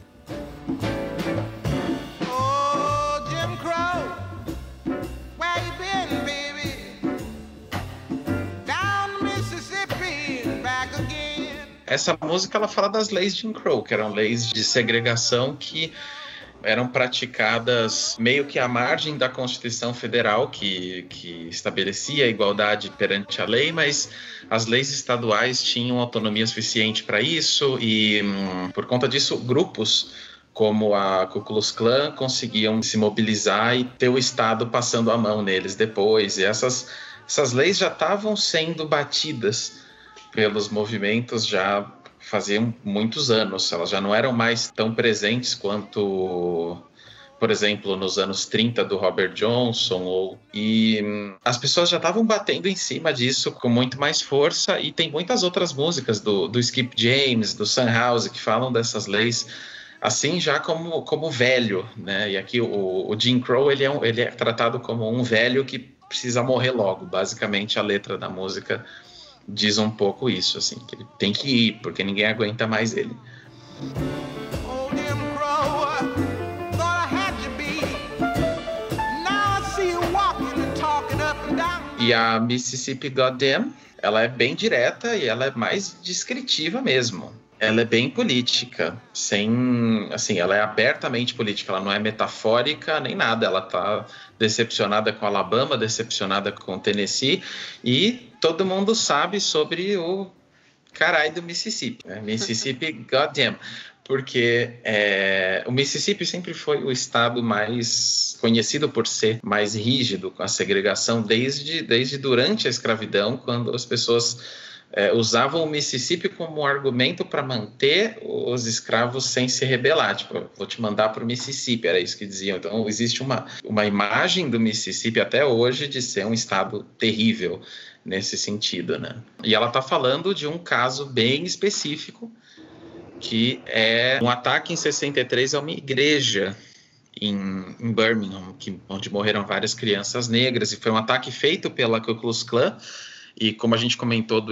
Speaker 2: Essa música ela fala das leis de Jim Crow, que eram leis de segregação que eram praticadas meio que à margem da Constituição Federal, que, que estabelecia a igualdade perante a lei, mas as leis estaduais tinham autonomia suficiente para isso e, hum, por conta disso, grupos como a Ku Klux Klan conseguiam se mobilizar e ter o Estado passando a mão neles depois. E essas, essas leis já estavam sendo batidas pelos movimentos já faziam muitos anos. Elas já não eram mais tão presentes quanto, por exemplo, nos anos trinta do Robert Johnson. Ou... E as pessoas já estavam batendo em cima disso com muito mais força. E tem muitas outras músicas do, do Skip James, do Sun House, que falam dessas leis assim já como, como velho, né? E aqui o, o Jim Crow ele é, um, ele é tratado como um velho que precisa morrer logo. Basicamente, a letra da música diz um pouco isso, assim, que ele tem que ir, porque ninguém aguenta mais ele. E a Mississippi Goddam, ela é bem direta e ela é mais descritiva mesmo. Ela é bem política, sem, assim, ela é abertamente política, ela não é metafórica nem nada, ela tá decepcionada com Alabama, decepcionada com Tennessee, e todo mundo sabe sobre o caralho do Mississippi, né? Mississippi Goddamn, porque é, o Mississippi sempre foi o estado mais conhecido por ser mais rígido com a segregação desde, desde durante a escravidão, quando as pessoas É, usavam o Mississippi como um argumento para manter os escravos sem se rebelar. Tipo, vou te mandar para o Mississippi, era isso que diziam. Então, existe uma, uma imagem do Mississippi até hoje de ser um estado terrível nesse sentido, né? E ela está falando de um caso bem específico, que é um ataque em sessenta e três a uma igreja em, em Birmingham, que, onde morreram várias crianças negras, e foi um ataque feito pela Ku Klux Klan. E como a gente comentou do Estado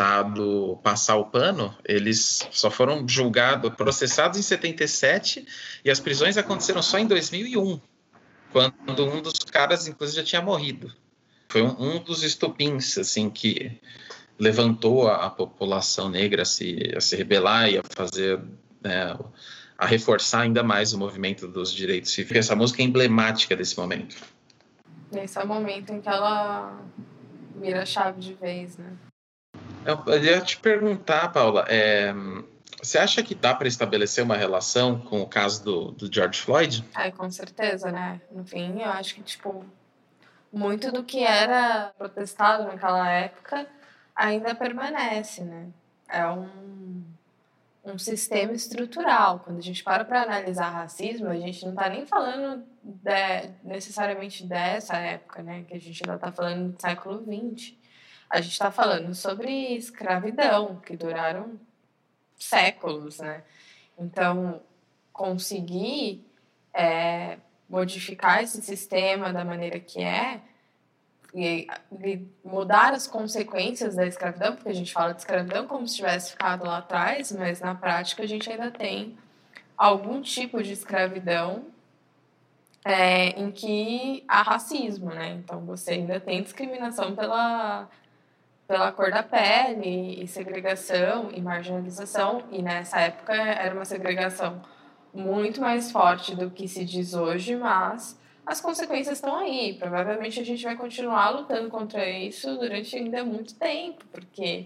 Speaker 2: Estado passar o pano, eles só foram julgados, processados em setenta e sete, e as prisões aconteceram só em dois mil e um, quando um dos caras, inclusive, já tinha morrido. Foi um, um dos estupins, assim, que levantou a, a população negra a se, a se rebelar e a fazer, né, a reforçar ainda mais o movimento dos direitos civis. Essa música é emblemática desse momento.
Speaker 4: Esse é o momento em que ela vira a chave de vez, né?
Speaker 2: Eu ia te perguntar, Paula, é, você acha que dá para estabelecer uma relação com o caso do, do George Floyd?
Speaker 4: É, com certeza, né? No fim, eu acho que, tipo, muito do que era protestado naquela época ainda permanece, né? É um, um sistema estrutural. Quando a gente para para analisar racismo, a gente não está nem falando de, necessariamente dessa época, né? Que a gente ainda está falando do século vinte. A gente está falando sobre escravidão, que duraram séculos, né? Então, conseguir é, modificar esse sistema da maneira que é e, e mudar as consequências da escravidão, porque a gente fala de escravidão como se tivesse ficado lá atrás, mas na prática a gente ainda tem algum tipo de escravidão é, em que há racismo, né? Então, você ainda tem discriminação pela... pela cor da pele, e segregação e marginalização, e nessa época era uma segregação muito mais forte do que se diz hoje, mas as consequências estão aí. Provavelmente a gente vai continuar lutando contra isso durante ainda muito tempo, porque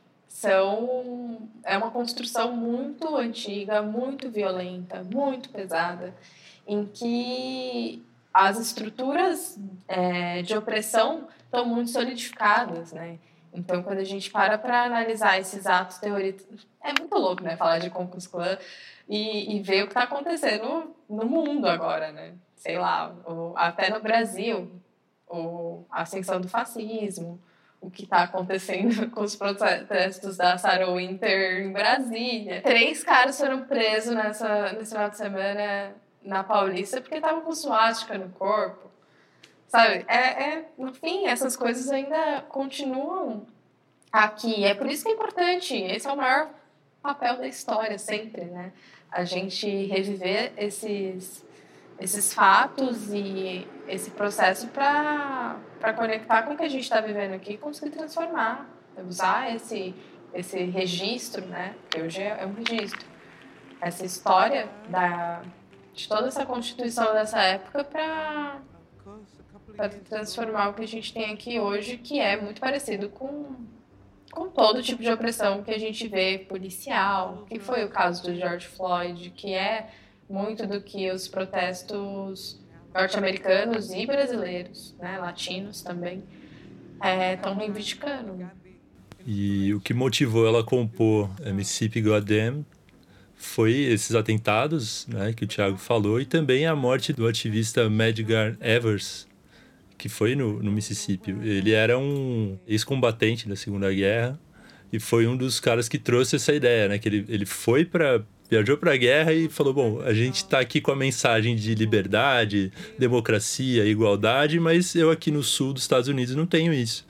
Speaker 4: são, é uma construção muito antiga, muito violenta, muito pesada, em que as estruturas é, de opressão estão muito solidificadas, né? Então, quando a gente para para analisar esses atos terroristas, é muito louco, né? Falar de Ku Klux Klan e, e ver o que está acontecendo no mundo agora, né? Sei lá, o, até no Brasil, o, a ascensão do fascismo, o que está acontecendo com os protestos da Sarah Winter em Brasília. Três caras foram presos nessa, nesse final de semana na Paulista porque estavam com suástica no corpo. Sabe, é, é, no fim, essas coisas ainda continuam aqui. É por isso que é importante, esse é o maior papel da história sempre, né? A gente reviver esses, esses fatos e esse processo para para conectar com o que a gente está vivendo aqui e conseguir transformar, usar esse, esse registro, né? Que hoje é, é um registro. Essa história da, de toda essa constituição dessa época para... para transformar o que a gente tem aqui hoje, que é muito parecido com, com todo tipo de opressão que a gente vê policial, que foi o caso do George Floyd, que é muito do que os protestos norte-americanos e brasileiros, né, latinos também, estão é, reivindicando.
Speaker 1: E o que motivou ela a compor Mississippi Goddam foi esses atentados, né, que o Thiago falou, e também a morte do ativista Medgar Evers, que foi no, no Mississippi. Ele era um ex-combatente da Segunda Guerra e foi um dos caras que trouxe essa ideia, né? Que ele, ele foi para viajou para a guerra e falou, bom, a gente está aqui com a mensagem de liberdade, democracia, igualdade, mas eu aqui no sul dos Estados Unidos não tenho isso.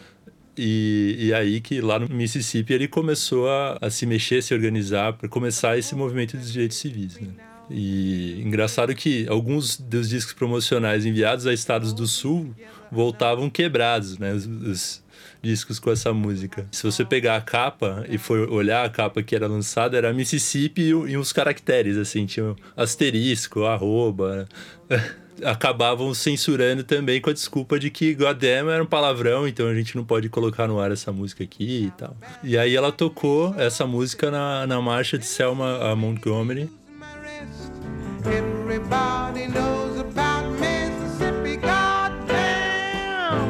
Speaker 1: E, e aí que lá no Mississippi ele começou a, a se mexer, se organizar para começar esse movimento dos direitos civis, né? E engraçado que alguns dos discos promocionais enviados a estados do sul voltavam quebrados, né? Os, os discos com essa música. Se você pegar a capa e for olhar a capa que era lançada, era Mississippi e, e uns caracteres, assim, tinha asterisco, arroba. Acabavam censurando também com a desculpa de que Goddamn era um palavrão, então a gente não pode colocar no ar essa música aqui e tal. E aí ela tocou essa música na, na marcha de Selma a Montgomery.
Speaker 5: Everybody knows about Mississippi, goddamn.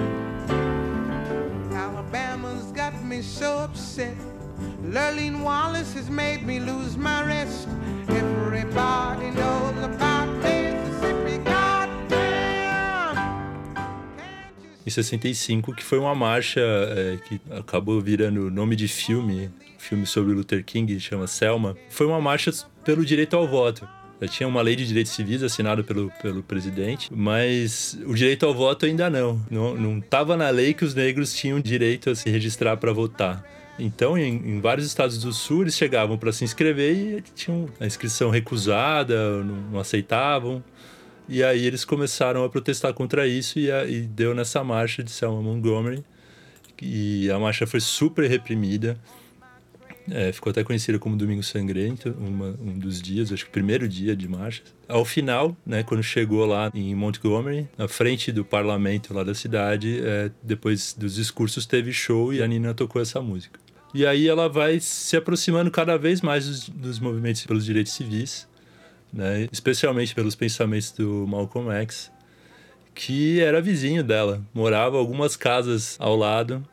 Speaker 5: Alabama's got me so upset. Lurleen Wallace has made me lose my rest. Everybody knows about Mississippi, goddamn.
Speaker 1: Em sessenta e cinco, que foi uma marcha é, que acabou virando nome de filme, filme sobre Luther King, chama Selma. Foi uma marcha pelo direito ao voto. Tinha uma lei de direitos civis assinada pelo, pelo presidente, mas o direito ao voto ainda não. Não estava na lei que os negros tinham direito a se registrar para votar. Então, em, em vários estados do sul, eles chegavam para se inscrever e tinham a inscrição recusada, não, não aceitavam. E aí eles começaram a protestar contra isso e, a, e deu nessa marcha de Selma Montgomery. E a marcha foi super reprimida. É, ficou até conhecida como Domingo Sangrento, uma, um dos dias, acho que o primeiro dia de marcha. Ao final, né, quando chegou lá em Montgomery, na frente do parlamento lá da cidade, é, depois dos discursos teve show e a Nina tocou essa música. E aí ela vai se aproximando cada vez mais dos, dos movimentos pelos direitos civis, né, especialmente pelos pensamentos do Malcolm X, que era vizinho dela, morava algumas casas ao lado.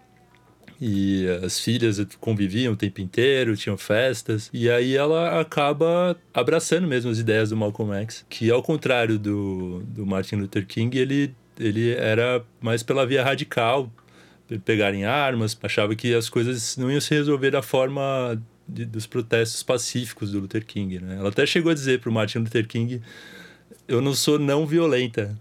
Speaker 1: E as filhas conviviam o tempo inteiro, tinham festas. E aí ela acaba abraçando mesmo as ideias do Malcolm X, que ao contrário do, do Martin Luther King, ele, ele era mais pela via radical, pegarem armas, achava que as coisas não iam se resolver da forma de, dos protestos pacíficos do Luther King, né? Ela até chegou a dizer pro Martin Luther King: eu não sou não violenta,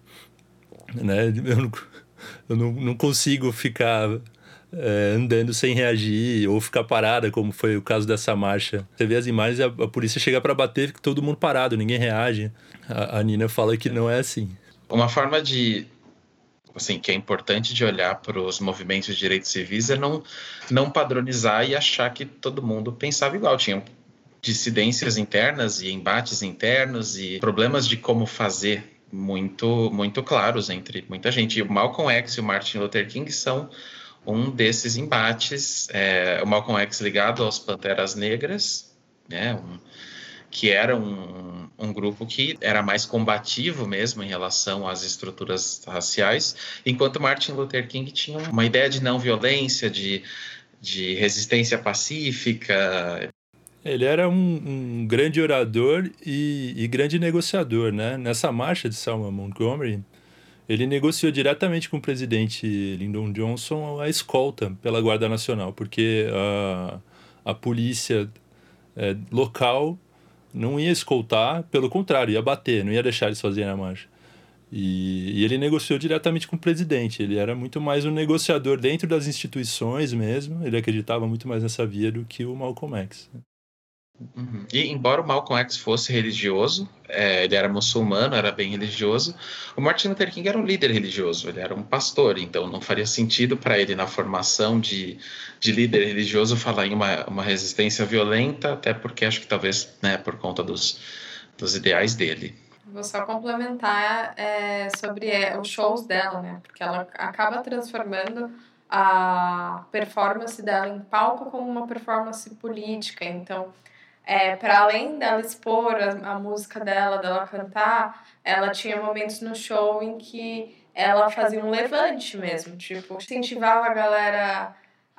Speaker 1: né? Eu não, eu não, não consigo ficar... É, andando sem reagir ou ficar parada, como foi o caso dessa marcha. Você vê as imagens, a, a polícia chega para bater, fica todo mundo parado, ninguém reage. A, a Nina fala que não é assim.
Speaker 2: Uma forma de, assim, que é importante de olhar para os movimentos de direitos civis é não, não padronizar e achar que todo mundo pensava igual. Tinham dissidências internas e embates internos e problemas de como fazer muito, muito claros entre muita gente. E o Malcolm X e o Martin Luther King são um desses embates, é, o Malcolm X ligado aos Panteras Negras, né, um, que era um, um grupo que era mais combativo mesmo em relação às estruturas raciais, enquanto Martin Luther King tinha uma ideia de não violência, de, de resistência pacífica.
Speaker 1: Ele era um, um grande orador e, e grande negociador, né? Nessa marcha de Selma Montgomery, ele negociou diretamente com o presidente Lyndon Johnson a escolta pela Guarda Nacional, porque a, a polícia é, local não ia escoltar, pelo contrário, ia bater, não ia deixar eles fazerem a marcha. E, e ele negociou diretamente com o presidente, ele era muito mais um negociador dentro das instituições mesmo, ele acreditava muito mais nessa via do que o Malcolm X.
Speaker 2: Uhum. E embora o Malcolm X fosse religioso, é, ele era muçulmano, era bem religioso, o Martin Luther King era um líder religioso, ele era um pastor, então não faria sentido para ele na formação de, de líder religioso falar em uma, uma resistência violenta, até porque acho que talvez, né, por conta dos, dos ideais dele.
Speaker 4: Vou só complementar é, sobre é, os shows dela, né? Porque ela acaba transformando a performance dela em palco como uma performance política. Então, é, para além dela expor a, a música dela, dela cantar, ela tinha momentos no show em que ela fazia um levante mesmo, tipo, incentivava a galera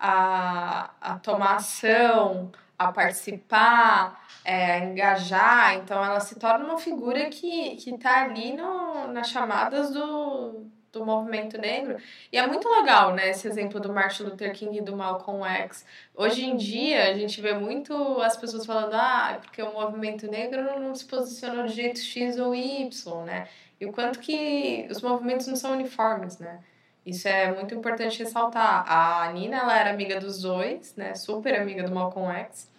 Speaker 4: a, a tomar ação, a participar, é, a engajar. Então ela se torna uma figura que, que tá ali no, nas chamadas do, do movimento negro. E é muito legal, né, esse exemplo do Martin Luther King e do Malcolm X. Hoje em dia, a gente vê muito as pessoas falando, ah, é porque o movimento negro não se posicionou de jeito X ou Y, né? E o quanto que os movimentos não são uniformes, né? Isso é muito importante ressaltar. A Nina, ela era amiga dos dois, né? Super amiga do Malcolm X.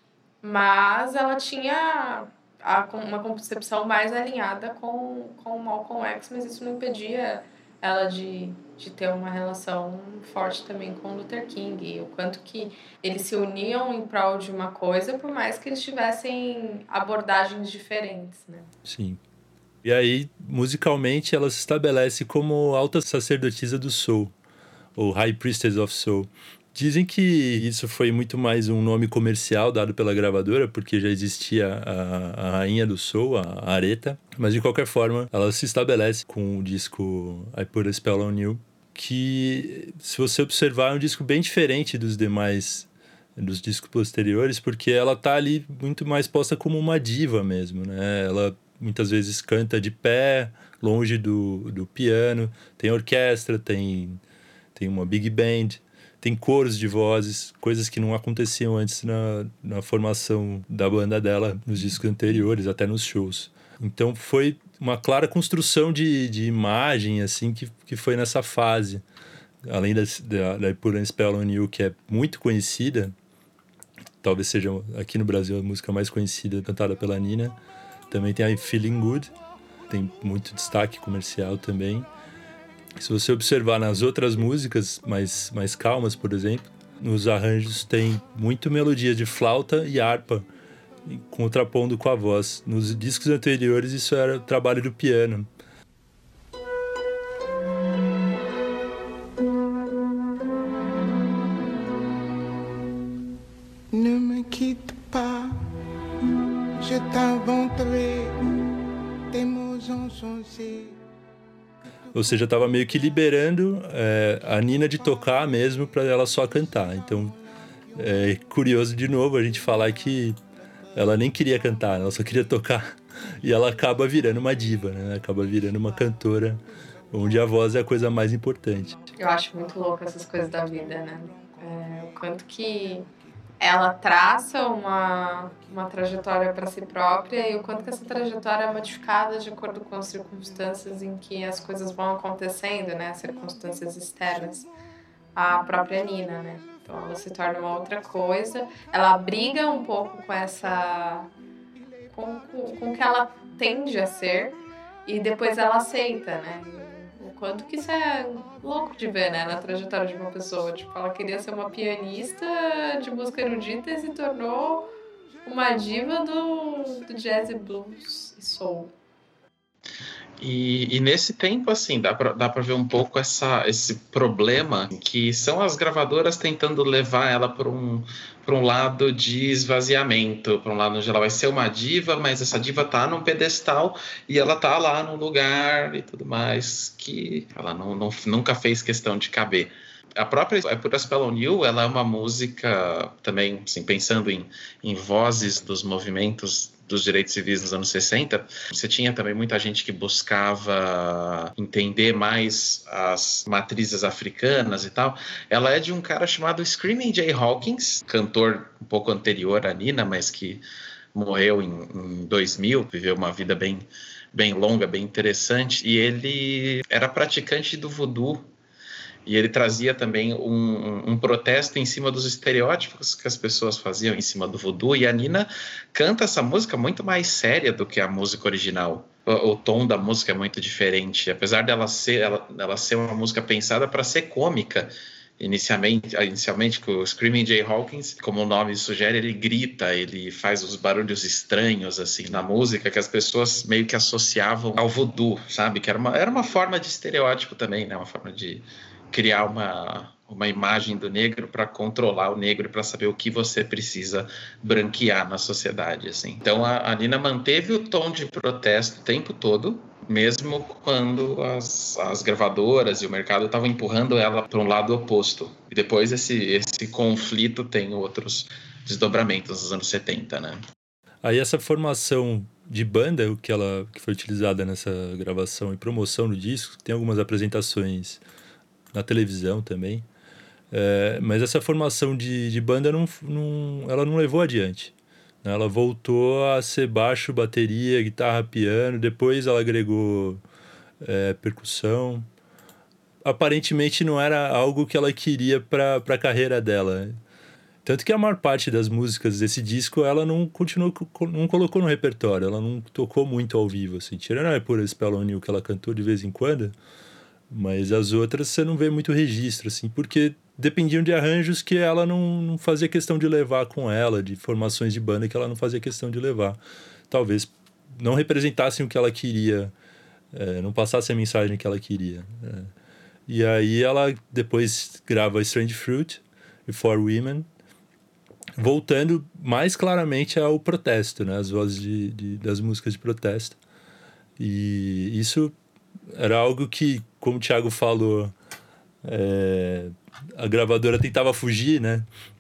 Speaker 4: Mas ela tinha a, uma concepção mais alinhada com, com o Malcolm X, mas isso não impedia ela de, de ter uma relação forte também com o Luther King. E o quanto que eles se uniam em prol de uma coisa, por mais que eles tivessem abordagens diferentes, né?
Speaker 1: Sim. E aí, musicalmente, ela se estabelece como alta sacerdotisa do soul, ou High Priestess of Soul. Dizem que isso foi muito mais um nome comercial dado pela gravadora, porque já existia a, a rainha do soul, a Aretha. Mas, de qualquer forma, ela se estabelece com o disco I Put a Spell on You, que, se você observar, é um disco bem diferente dos demais, dos discos posteriores, porque ela tá ali muito mais posta como uma diva mesmo, né? Ela muitas vezes canta de pé, longe do, do piano, tem orquestra, tem, tem uma big band, tem coros de vozes, coisas que não aconteciam antes na, na formação da banda dela nos discos anteriores, até nos shows. Então foi uma clara construção de, de imagem assim, que, que foi nessa fase além da, da, da Put a Spell on You, que é muito conhecida, talvez seja aqui no Brasil a música mais conhecida cantada pela Nina, também tem a Feeling Good, tem muito destaque comercial também. Se você observar nas outras músicas mais, mais calmas, por exemplo, nos arranjos tem muito melodia de flauta e harpa, contrapondo com a voz. Nos discos anteriores isso era o trabalho do piano.
Speaker 5: Ne me quitte pas, je t'inventerai des mots insensés.
Speaker 1: Ou seja, estava meio que liberando é, a Nina de tocar mesmo para ela só cantar. Então, é curioso de novo a gente falar que ela nem queria cantar, ela só queria tocar. E ela acaba virando uma diva, né? Acaba virando uma cantora, onde a voz é a coisa mais importante.
Speaker 4: Eu acho muito louco essas coisas da vida, né? É, o quanto que ela traça uma, uma trajetória para si própria e o quanto que essa trajetória é modificada de acordo com as circunstâncias em que as coisas vão acontecendo, né? As circunstâncias externas à própria Nina, né? Então ela se torna uma outra coisa. Ela briga um pouco com essa... com, com, com o que ela tende a ser e depois ela aceita, né? O quanto que isso é louco de ver, né? Na trajetória de uma pessoa. Tipo, ela queria ser uma pianista de música erudita e se tornou uma diva do, do jazz e blues e soul.
Speaker 2: E, e nesse tempo, assim, dá pra, dá pra ver um pouco essa, esse problema que são as gravadoras tentando levar ela para um, para um lado de esvaziamento, para um lado onde ela vai ser uma diva, mas essa diva tá num pedestal e ela tá lá num lugar e tudo mais que ela não, não, nunca fez questão de caber. A própria Put a Spell on You, ela é uma música também, assim, pensando em, em vozes dos movimentos dos direitos civis nos anos sessenta, você tinha também muita gente que buscava entender mais as matrizes africanas e tal. Ela é de um cara chamado Screaming Jay Hawkins, cantor um pouco anterior à Nina, mas que morreu em, em dois mil, viveu uma vida bem, bem longa, bem interessante, e ele era praticante do voodoo. E ele trazia também um, um protesto em cima dos estereótipos que as pessoas faziam em cima do voodoo. E a Nina canta essa música muito mais séria do que a música original. O, o tom da música é muito diferente. Apesar dela ser, ela, ela ser uma música pensada para ser cômica, inicialmente, inicialmente com o Screaming Jay Hawkins, como o nome sugere, ele grita, ele faz os barulhos estranhos assim na música que as pessoas meio que associavam ao voodoo, sabe? Que era uma, era uma forma de estereótipo também, né? Uma forma de criar uma, uma imagem do negro para controlar o negro e para saber o que você precisa branquear na sociedade, assim. Então a, a Nina manteve o tom de protesto o tempo todo, mesmo quando as, as gravadoras e o mercado estavam empurrando ela para um lado oposto. E depois esse, esse conflito tem outros desdobramentos nos anos setenta, né?
Speaker 1: Aí essa formação de banda que, ela, que foi utilizada nessa gravação e promoção do disco, tem algumas apresentações na televisão também, é, mas essa formação de, de banda não, não, ela não levou adiante, né? Ela voltou a ser baixo, bateria, guitarra, piano, depois ela agregou é, percussão. Aparentemente não era algo que ela queria para a carreira dela, tanto que a maior parte das músicas desse disco ela não continuou, não colocou no repertório, ela não tocou muito ao vivo, assim, tirando a Put a Spell on You que ela cantou de vez em quando. Mas as outras você não vê muito registro, assim, porque dependiam de arranjos que ela não, não fazia questão de levar com ela, de formações de banda que ela não fazia questão de levar. Talvez não representassem o que ela queria, é, não passassem a mensagem que ela queria. É. E aí ela depois grava Strange Fruit e For Women, voltando mais claramente ao protesto, né? As vozes de, de, das músicas de protesto. E isso era algo que, como o Thiago falou, é, a gravadora tentava fugir, né?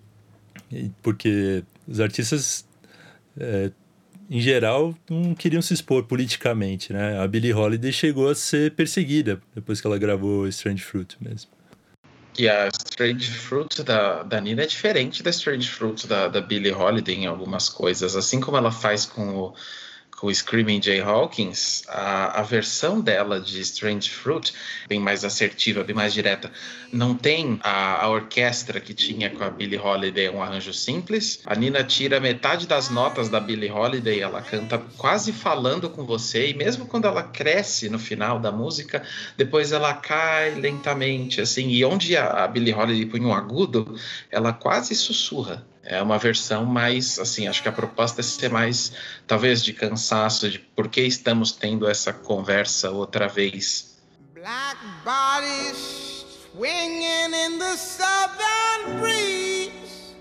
Speaker 1: Porque os artistas, é, em geral, não queriam se expor politicamente, né? A Billie Holiday chegou a ser perseguida depois que ela gravou Strange Fruit mesmo.
Speaker 2: E a Strange Fruit da, da Nina é diferente da Strange Fruit da, da Billie Holiday em algumas coisas. Assim como ela faz com o com Screaming Jay Hawkins, a, a versão dela de Strange Fruit, bem mais assertiva, bem mais direta, não tem a, a orquestra que tinha com a Billie Holiday, um arranjo simples. A Nina tira metade das notas da Billie Holiday, ela canta quase falando com você, e mesmo quando ela cresce no final da música, depois ela cai lentamente, assim, e onde a, a Billie Holiday põe um agudo, ela quase sussurra. É uma versão mais, assim, acho que a proposta é ser mais, talvez, de cansaço, de por que estamos tendo essa conversa outra vez.
Speaker 5: Black bodies swinging in the southern breeze.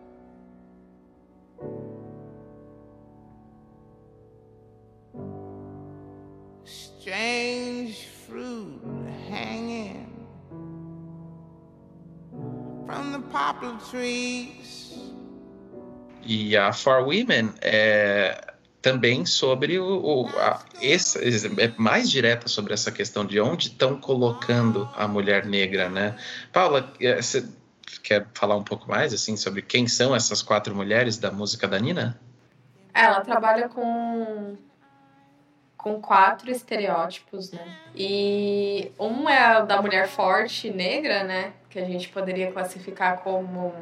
Speaker 5: Strange fruit hanging from the poplar trees.
Speaker 2: E a For Women é também sobre o, o a, esse, é mais direta sobre essa questão de onde estão colocando a mulher negra, né? Paula, você quer falar um pouco mais assim sobre quem são essas quatro mulheres da música da Nina?
Speaker 4: Ela trabalha com com quatro estereótipos, né? E um é o da mulher forte negra, né? Que a gente poderia classificar como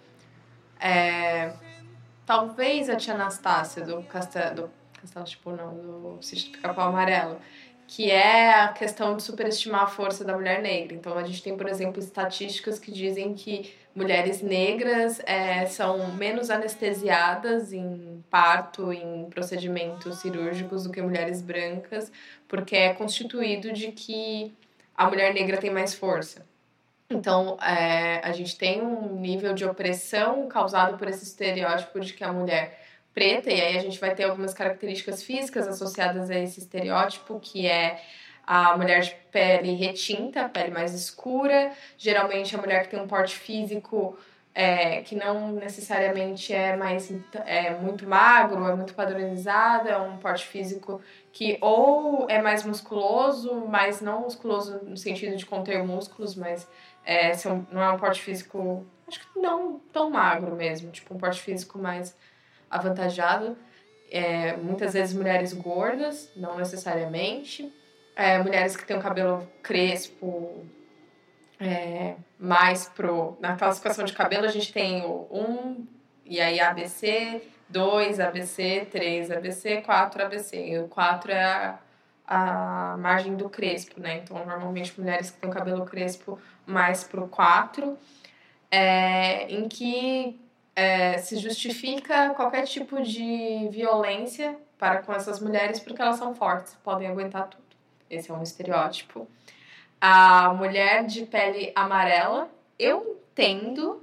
Speaker 4: é, talvez a tia Anastácia do Castelo, do Castelo tipo não, do Sítio do Pica-Pau Amarelo, que é a questão de superestimar a força da mulher negra. Então a gente tem, por exemplo, estatísticas que dizem que mulheres negras é, são menos anestesiadas em parto, em procedimentos cirúrgicos do que mulheres brancas, porque é constituído de que a mulher negra tem mais força. Então, é, a gente tem um nível de opressão causado por esse estereótipo de que a mulher preta, e aí a gente vai ter algumas características físicas associadas a esse estereótipo, que é a mulher de pele retinta, pele mais escura, geralmente a mulher que tem um porte físico é, que não necessariamente é, mais, é muito magro, é muito padronizada, é um porte físico que ou é mais musculoso, mas não musculoso no sentido de conter músculos, mas é, não é um porte físico, acho que não tão magro mesmo, tipo um porte físico mais avantajado. É, muitas vezes mulheres gordas, não necessariamente. É, mulheres que têm o cabelo crespo, é, mais pro... Na classificação de cabelo a gente tem o um, e aí A B C, dois A B C, três A B C, quatro A B C. E o quatro é a, a margem do crespo, né? Então, normalmente, mulheres que têm o cabelo crespo mais pro quatro, é, em que é, se justifica qualquer tipo de violência para com essas mulheres porque elas são fortes, podem aguentar tudo. Esse é um estereótipo. A mulher de pele amarela, eu entendo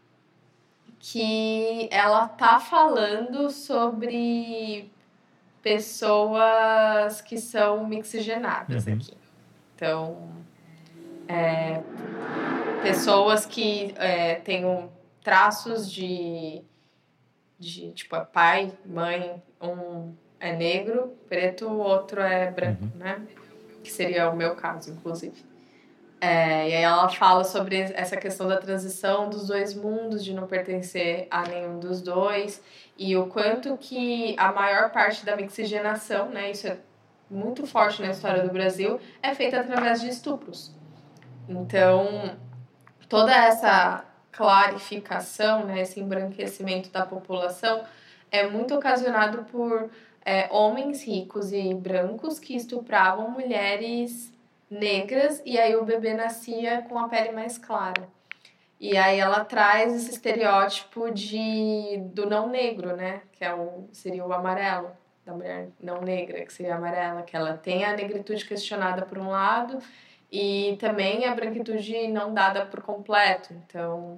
Speaker 4: que ela tá falando sobre pessoas que são mixigenadas, uhum, aqui. Então, é, pessoas que é, têm traços de, de, tipo, é pai, mãe, um é negro, preto, o outro é branco, uhum, né? Que seria o meu caso, inclusive. É, e aí ela fala sobre essa questão da transição dos dois mundos, de não pertencer a nenhum dos dois, e o quanto que a maior parte da mixigenação, né, isso é muito forte na história do Brasil, é feita através de estupros. Então, toda essa clarificação, né, esse embranquecimento da população é muito ocasionado por é, homens ricos e brancos que estupravam mulheres negras, e aí o bebê nascia com a pele mais clara. E aí ela traz esse estereótipo de, do não negro, né? Que é o, seria o amarelo, da mulher não negra, que seria a amarela, que ela tem a negritude questionada por um lado e também a branquitude não dada por completo. Então,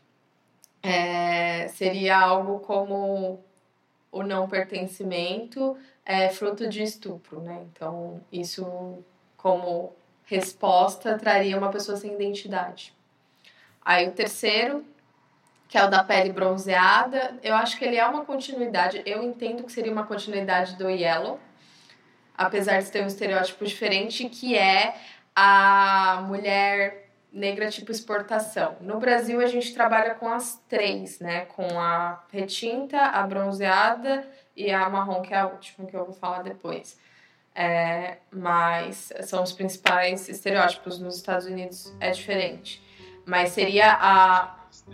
Speaker 4: é, seria algo como o não pertencimento é fruto de estupro, né? Então, isso como resposta traria uma pessoa sem identidade. Aí o terceiro, que é o da pele bronzeada, eu acho que ele é uma continuidade, eu entendo que seria uma continuidade do Yellow, apesar de ter um estereótipo diferente, que é a mulher negra tipo exportação. No Brasil, a gente trabalha com as três, né? Com a retinta, a bronzeada e a marrom, que é a última que eu vou falar depois. É, mas são os principais estereótipos. Nos Estados Unidos é diferente. Mas seria a...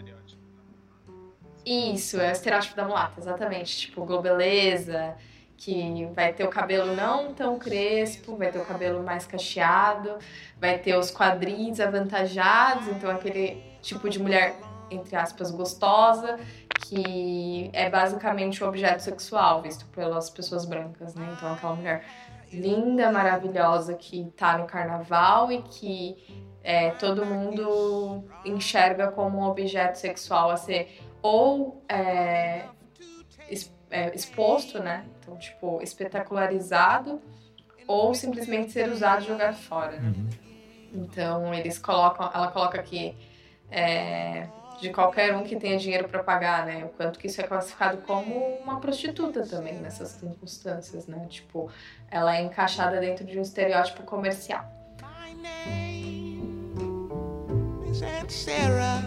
Speaker 4: Isso, é o estereótipo da mulata, exatamente. Tipo, globeleza, que vai ter o cabelo não tão crespo, vai ter o cabelo mais cacheado, vai ter os quadris avantajados, então aquele tipo de mulher, entre aspas, gostosa, que é basicamente o objeto sexual visto pelas pessoas brancas, né? Então aquela mulher linda, maravilhosa, que tá no carnaval e que é, todo mundo enxerga como um objeto sexual a ser ou é, é, exposto, né? Então, tipo, espetacularizado ou simplesmente ser usado e jogado fora, né?
Speaker 1: Uhum.
Speaker 4: Então, eles colocam, ela coloca aqui é, de qualquer um que tenha dinheiro para pagar, né? O quanto que isso é classificado como uma prostituta também nessas circunstâncias, né? Tipo, ela é encaixada dentro de um estereótipo comercial.
Speaker 5: My name is Aunt Sarah.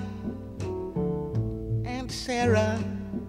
Speaker 5: Aunt Sarah.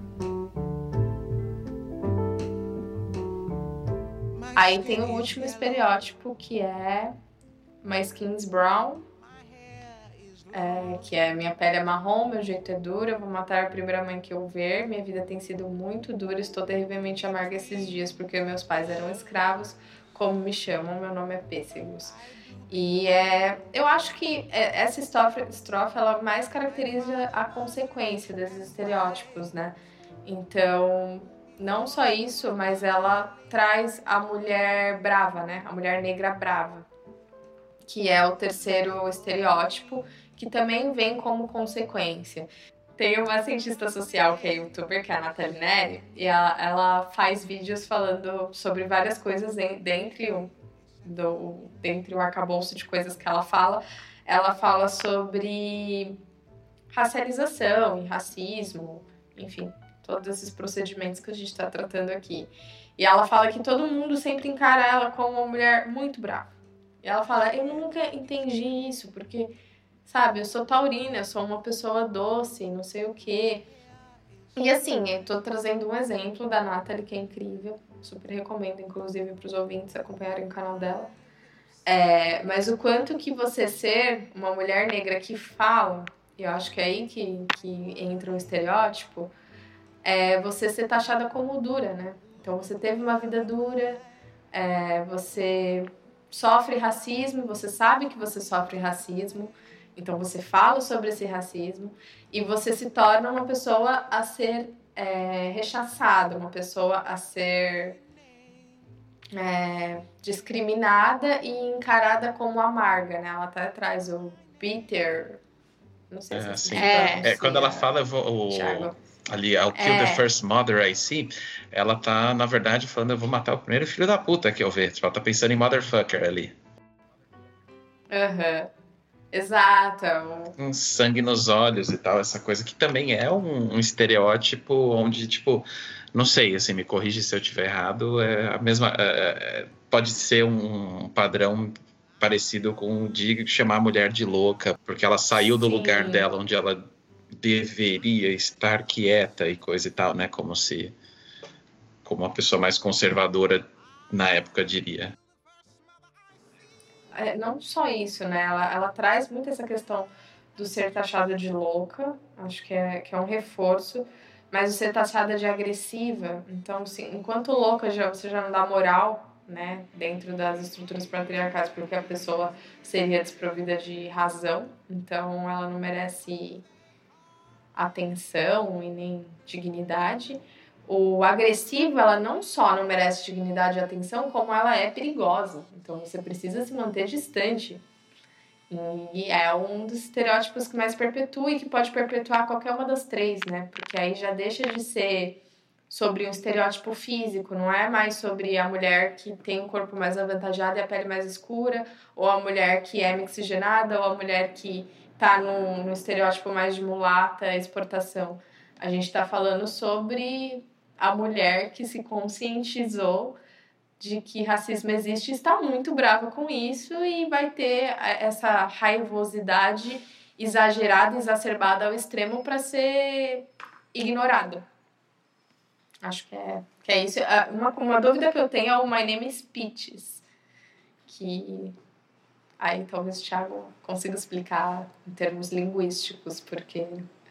Speaker 4: Aí tem o último estereótipo, que é My skin's brown, é, que é minha pele é marrom, meu jeito é duro, eu vou matar a primeira mãe que eu ver, minha vida tem sido muito dura, estou terrivelmente amarga esses dias porque meus pais eram escravos, como me chamam, meu nome é Pêssegos. E é, eu acho que essa estrofe, estrofe ela mais caracteriza a consequência desses estereótipos, né? Então, não só isso, mas ela traz a mulher brava, né? A mulher negra brava, que é o terceiro estereótipo, que também vem como consequência. Tem uma cientista social que é youtuber, que é a Nathalie Neri, e ela, ela faz vídeos falando sobre várias coisas dentre o, do, dentre o arcabouço de coisas que ela fala. Ela fala sobre racialização e racismo, enfim, todos esses procedimentos que a gente está tratando aqui. E ela fala que todo mundo sempre encara ela como uma mulher muito brava. E ela fala, eu nunca entendi isso, porque, sabe, eu sou taurina, eu sou uma pessoa doce, não sei o quê. E assim, eu tô trazendo um exemplo da Nathalie, que é incrível, super recomendo, inclusive, para os ouvintes acompanharem o canal dela. É, mas o quanto que você ser uma mulher negra que fala, e eu acho que é aí que, que entra o estereótipo, é você ser taxada como dura, né? Então você teve uma vida dura, é, você sofre racismo, você sabe que você sofre racismo, então você fala sobre esse racismo e você se torna uma pessoa a ser é, rechaçada, uma pessoa a ser é, discriminada e encarada como amarga, né? Ela até traz o bitter, não sei se
Speaker 2: É,
Speaker 4: é assim.
Speaker 2: sim.
Speaker 4: É,
Speaker 2: É, quando ela fala, eu vou, o,
Speaker 4: Thiago.
Speaker 2: ali, I'll kill
Speaker 4: É.
Speaker 2: the first mother I see, ela tá, na verdade, falando, eu vou matar o primeiro filho da puta que eu ver. Ela tá pensando em motherfucker ali.
Speaker 4: Aham. Exato.
Speaker 2: Um sangue nos olhos e tal, essa coisa que também é um, um estereótipo onde, tipo, não sei, assim, me corrige se eu estiver errado, é a mesma, é, pode ser um padrão parecido com o de chamar a mulher de louca, porque ela saiu do
Speaker 4: Sim.
Speaker 2: lugar dela onde ela deveria estar quieta e coisa e tal, né, como se, como uma pessoa mais conservadora na época diria.
Speaker 4: É, não só isso, né? Ela, ela traz muito essa questão do ser taxada de louca, acho que é, que é um reforço, mas o ser taxada de agressiva, então, assim, enquanto louca já, você já não dá moral, né, dentro das estruturas patriarcais, porque a pessoa seria desprovida de razão, então ela não merece atenção e nem dignidade. O agressivo, ela não só não merece dignidade e atenção, como ela é perigosa. Então, você precisa se manter distante. E é um dos estereótipos que mais perpetua e que pode perpetuar qualquer uma das três, né? Porque aí já deixa de ser sobre um estereótipo físico, não é mais sobre a mulher que tem um corpo mais avantajado e a pele mais escura, ou a mulher que é mixigenada, ou a mulher que tá no, no estereótipo mais de mulata, exportação. A gente tá falando sobre a mulher que se conscientizou de que racismo existe, está muito brava com isso e vai ter essa raivosidade exagerada, exacerbada ao extremo para ser ignorada. Acho que é, que é isso. Uma, uma dúvida que eu tenho é o My Name is Peaches, que aí talvez o Thiago consiga explicar em termos linguísticos, porque...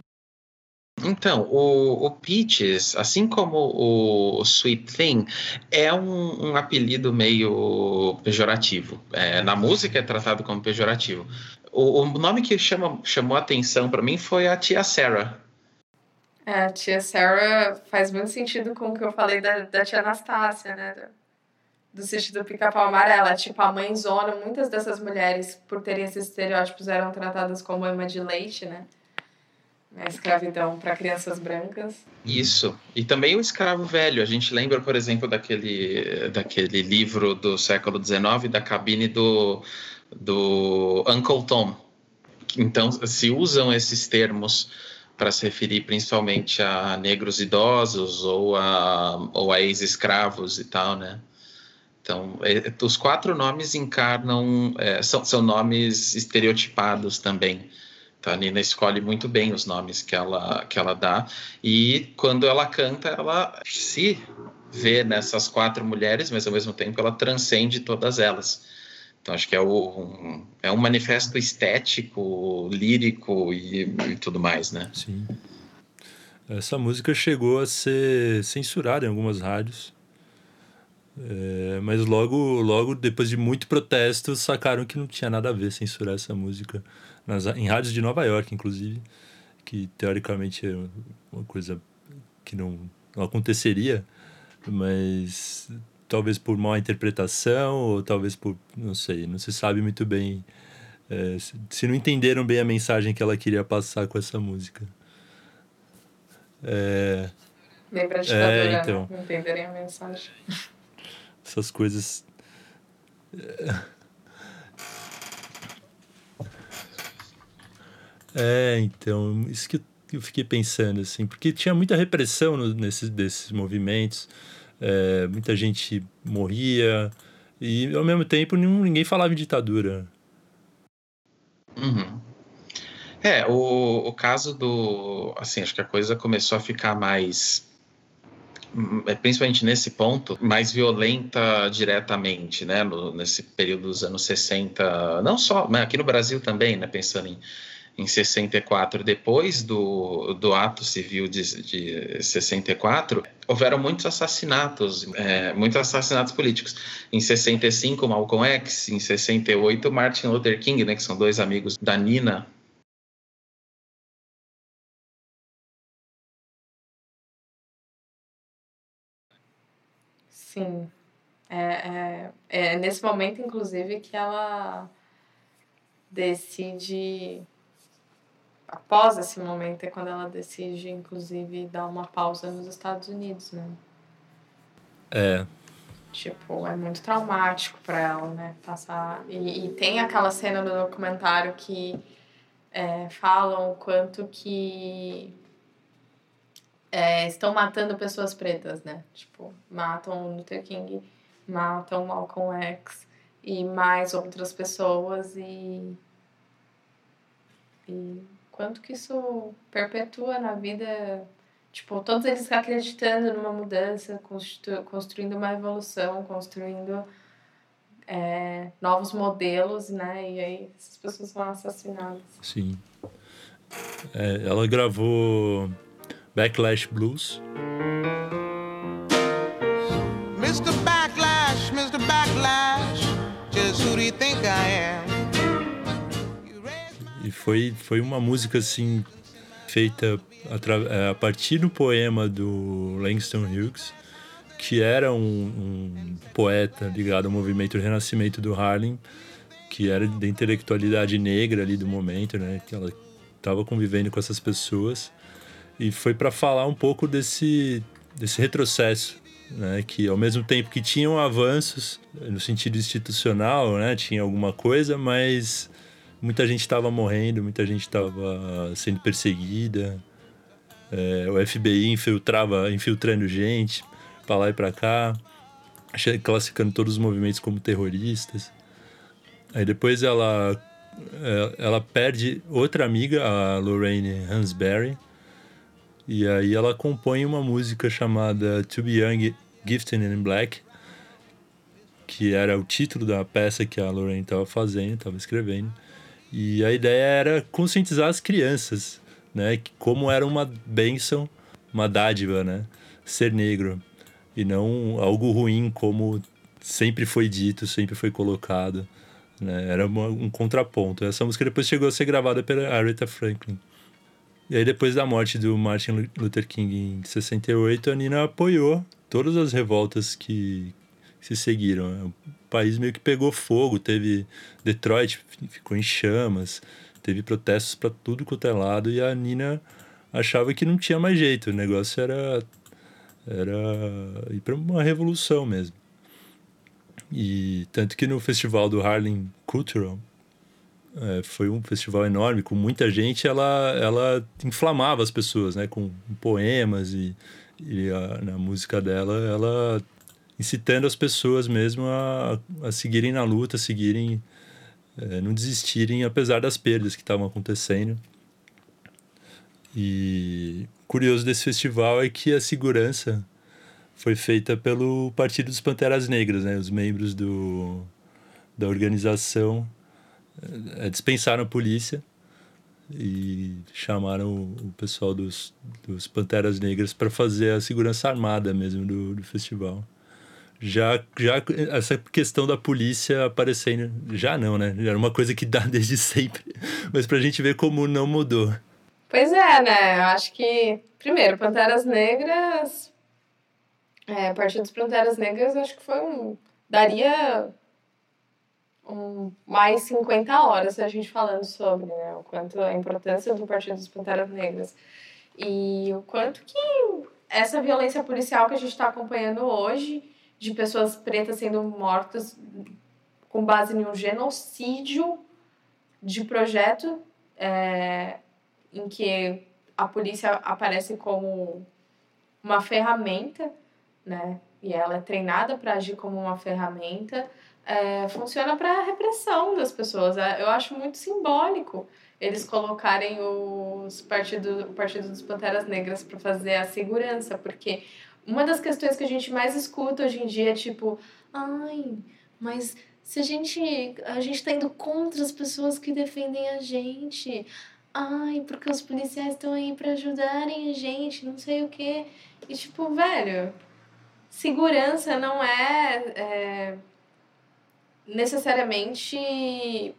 Speaker 2: Então, o, o Peaches, assim como o Sweet Thing, é um, um apelido meio pejorativo. É, na música é tratado como pejorativo. O, o nome que chama, chamou a atenção para mim foi a Tia Sarah.
Speaker 4: É, a Tia Sarah faz muito sentido com o que eu falei da, da Tia Anastácia, né? Do sítio do Pica-Pau Amarelo. Tipo, a mãezona, muitas dessas mulheres, por terem esses estereótipos, eram tratadas como ama de leite, né? A escravidão para crianças brancas.
Speaker 2: Isso. E também o escravo velho. A gente lembra, por exemplo, daquele, daquele livro do século dezenove, da cabine do, do Uncle Tom. Então, se usam esses termos para se referir principalmente a negros idosos ou a, ou a ex-escravos e tal, né? Então, é, os quatro nomes encarnam... É, são, são nomes estereotipados também. Então, a Nina escolhe muito bem os nomes que ela, que ela dá. E quando ela canta, ela se vê nessas quatro mulheres, mas ao mesmo tempo ela transcende todas elas. Então, acho que é, o, um, é um manifesto estético, lírico e, e tudo mais, né?
Speaker 1: Sim. Essa música chegou a ser censurada em algumas rádios. É, mas logo, logo, depois de muito protesto, sacaram que não tinha nada a ver censurar essa música. Nas, em rádios de Nova York, inclusive, que teoricamente é uma coisa que não, não aconteceria, mas talvez por má interpretação, ou talvez por, não sei, não se sabe muito bem, é, se, se não entenderam bem a mensagem que ela queria passar com essa música. É,
Speaker 4: Bem pra ditadura,
Speaker 1: é, então,
Speaker 4: né? Não entenderem a mensagem.
Speaker 1: Essas coisas... É, então, isso que eu fiquei pensando, assim, porque tinha muita repressão no, nesses, desses movimentos, é, muita gente morria, e ao mesmo tempo ninguém falava em ditadura.
Speaker 2: Uhum. É, o, o caso do... Assim, acho que a coisa começou a ficar mais... principalmente nesse ponto, mais violenta diretamente, né, no, nesse período dos anos sessenta, não só, mas aqui no Brasil também, né, pensando em, em sessenta e quatro, depois do, do ato civil de, de sessenta e quatro, houveram muitos assassinatos, é, muitos assassinatos políticos. Em sessenta e cinco, Malcolm X, em sessenta e oito, Martin Luther King, né, que são dois amigos da Nina.
Speaker 4: Sim. É, é, é nesse momento, inclusive, que ela decide... Após esse momento é quando ela decide, inclusive, dar uma pausa nos Estados Unidos, né?
Speaker 1: É.
Speaker 4: Tipo, é muito traumático pra ela, né? Passar... E, e tem aquela cena no documentário que é, falam o quanto que... É, estão matando pessoas pretas, né? Tipo, matam Luther King, matam Malcolm X e mais outras pessoas e... E quanto que isso perpetua na vida... Tipo, todos eles acreditando numa mudança, constru- construindo uma evolução, construindo é, novos modelos, né? E aí essas pessoas são assassinadas.
Speaker 1: Sim. É, ela gravou Backlash Blues.
Speaker 5: mister Backlash, mister Backlash, just who do you think I am?
Speaker 1: E foi, foi uma música, assim, feita a, a partir do poema do Langston Hughes, que era um, um poeta ligado ao movimento do Renascimento do Harlem, que era da intelectualidade negra ali do momento, né? Que ela estava convivendo com essas pessoas. E foi para falar um pouco desse, desse retrocesso, né? Que ao mesmo tempo que tinham avanços no sentido institucional, né? Tinha alguma coisa, mas muita gente estava morrendo, muita gente estava sendo perseguida. É, o F B I infiltrava, infiltrando gente para lá e para cá. classificando todos os movimentos como terroristas. Aí depois ela, ela perde outra amiga, a Lorraine Hansberry, e aí ela compõe uma música chamada To Be Young, Gifted and Black, que era o título da peça que a Lorraine estava fazendo, estava escrevendo. E a ideia era conscientizar as crianças, né, que como era uma bênção, uma dádiva, né, ser negro, e não algo ruim como sempre foi dito, sempre foi colocado, né, era uma, um contraponto. Essa música depois chegou a ser gravada pela Aretha Franklin. E aí depois da morte do Martin Luther King em sessenta e oito, a Nina apoiou todas as revoltas que se seguiram. O país meio que pegou fogo, teve Detroit, ficou em chamas, teve protestos para tudo quanto é lado, e a Nina achava que não tinha mais jeito, o negócio era, era ir para uma revolução mesmo. E tanto que no festival do Harlem Cultural, é, foi um festival enorme, com muita gente, ela, ela inflamava as pessoas, né, com poemas, e, e a, na música dela, ela incitando as pessoas mesmo a, a seguirem na luta, a seguirem, é, não desistirem, apesar das perdas que estavam acontecendo. E curioso desse festival é que a segurança foi feita pelo Partido dos Panteras Negras, né? Os membros do, da organização é, dispensaram a polícia e chamaram o, o pessoal dos, dos Panteras Negras para fazer a segurança armada mesmo do, do festival. Já, já essa questão da polícia aparecendo, já não, né? Já era uma coisa que dá desde sempre, mas pra gente ver como não mudou.
Speaker 4: Pois é, né? Eu acho que, primeiro, Panteras Negras, é, Partido dos Panteras Negras, acho que foi um, daria um, mais cinquenta horas a gente falando sobre, né? O quanto a importância do Partido dos Panteras Negras. E o quanto que essa violência policial que a gente está acompanhando hoje, de pessoas pretas sendo mortas com base em um genocídio de projeto, é, em que a polícia aparece como uma ferramenta, né? E ela é treinada para agir como uma ferramenta, é, funciona para a repressão das pessoas. Eu acho muito simbólico eles colocarem os partido, o Partido dos Panteras Negras para fazer a segurança, porque uma das questões que a gente mais escuta hoje em dia é tipo, ai, mas se a gente, a gente tá indo contra as pessoas que defendem a gente, ai, porque os policiais estão aí para ajudarem a gente, não sei o quê. E tipo, velho, segurança não é, é necessariamente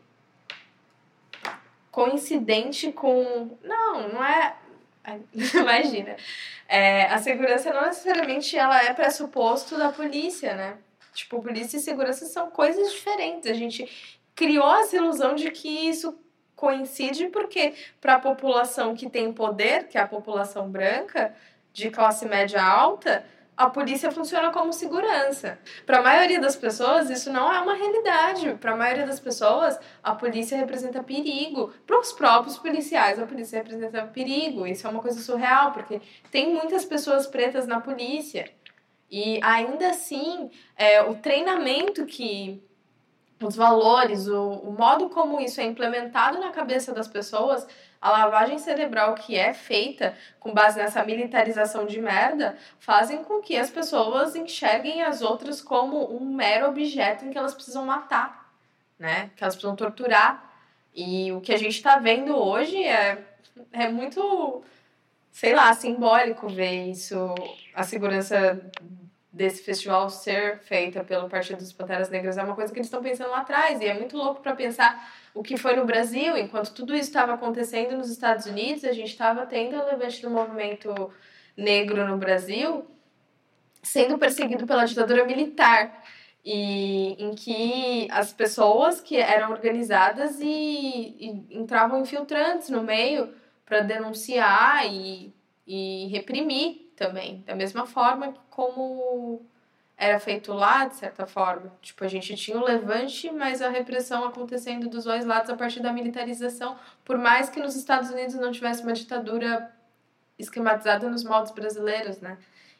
Speaker 4: coincidente com... Não, não é... Imagina. É, a segurança não necessariamente ela é pressuposto da polícia, né? Tipo, polícia e segurança são coisas diferentes. A gente criou essa ilusão de que isso coincide porque para a população que tem poder, que é a população branca, de classe média alta, a polícia funciona como segurança. Para a maioria das pessoas, isso não é uma realidade. Para a maioria das pessoas, a polícia representa perigo. Para os próprios policiais, a polícia representa perigo. Isso é uma coisa surreal, porque tem muitas pessoas pretas na polícia. E ainda assim, é, o treinamento que... os valores, o, o modo como isso é implementado na cabeça das pessoas, a lavagem cerebral que é feita com base nessa militarização de merda, fazem com que as pessoas enxerguem as outras como um mero objeto em que elas precisam matar, né? Que elas precisam torturar. E o que a gente tá vendo hoje é, é muito, sei lá, simbólico ver isso, a segurança desse festival ser feita pelo Partido dos Panteras Negras é uma coisa que eles estão pensando lá atrás, e é muito louco para pensar o que foi no Brasil. Enquanto tudo isso estava acontecendo nos Estados Unidos, a gente estava tendo o levante do movimento negro no Brasil sendo perseguido pela ditadura militar, e em que as pessoas que eram organizadas e, e entravam infiltrantes no meio para denunciar e, e reprimir também, da mesma forma como era feito lá, de certa forma. Tipo, a gente tinha o levante, mas a repressão acontecendo dos dois lados a partir da militarização, por mais que nos Estados Unidos não tivesse uma ditadura esquematizada nos moldes brasileiros, né?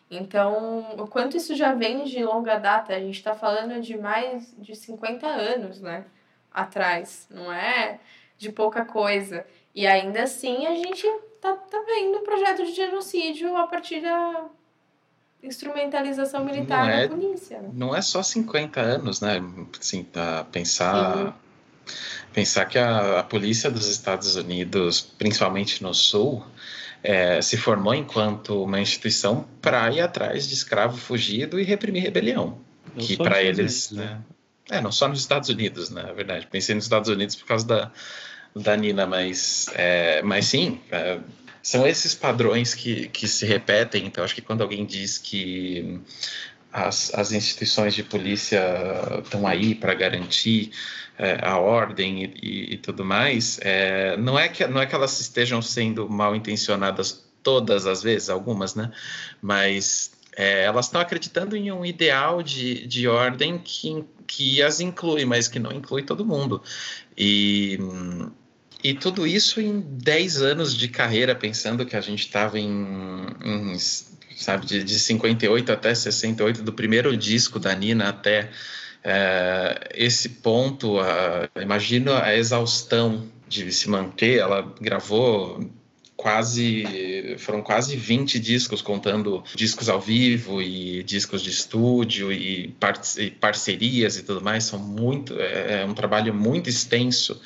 Speaker 4: Então, o quanto isso já vem de longa data, a gente está falando de mais de cinquenta anos, né, atrás, não é de pouca coisa. E ainda assim a gente tá, tá vendo um projeto de genocídio a partir da instrumentalização militar
Speaker 2: Não é-
Speaker 4: da polícia. Né?
Speaker 2: Não é só cinquenta anos, né? Assim, tá, pensar, pensar que a, a polícia dos Estados Unidos, principalmente no Sul, é, se formou enquanto uma instituição para ir atrás de escravo fugido e reprimir rebelião.
Speaker 1: Não
Speaker 2: que
Speaker 1: só
Speaker 2: para
Speaker 1: nos
Speaker 2: eles,
Speaker 1: Estados Unidos,
Speaker 2: né? É, não só nos Estados Unidos, né? Na verdade, pensei nos Estados Unidos por causa da, da Nina, mas, é, mas sim, é, são esses padrões que, que se repetem. Então, acho que quando alguém diz que as, as instituições de polícia estão aí para garantir é, a ordem e, e, e tudo mais, é, não, é que, não é que elas estejam sendo mal intencionadas todas as vezes, algumas, né? Mas é, elas estão acreditando em um ideal de, de ordem que, que as inclui, mas que não inclui todo mundo. E, e tudo isso em dez anos de carreira, pensando que a gente estava em, em sabe, de, de cinquenta e oito até sessenta e oito, do primeiro disco da Nina até é, esse ponto, a, imagino a exaustão de se manter. Ela gravou quase, foram quase vinte discos, contando discos ao vivo e discos de estúdio e, par, e parcerias e tudo mais. São muito, é, é um trabalho muito extenso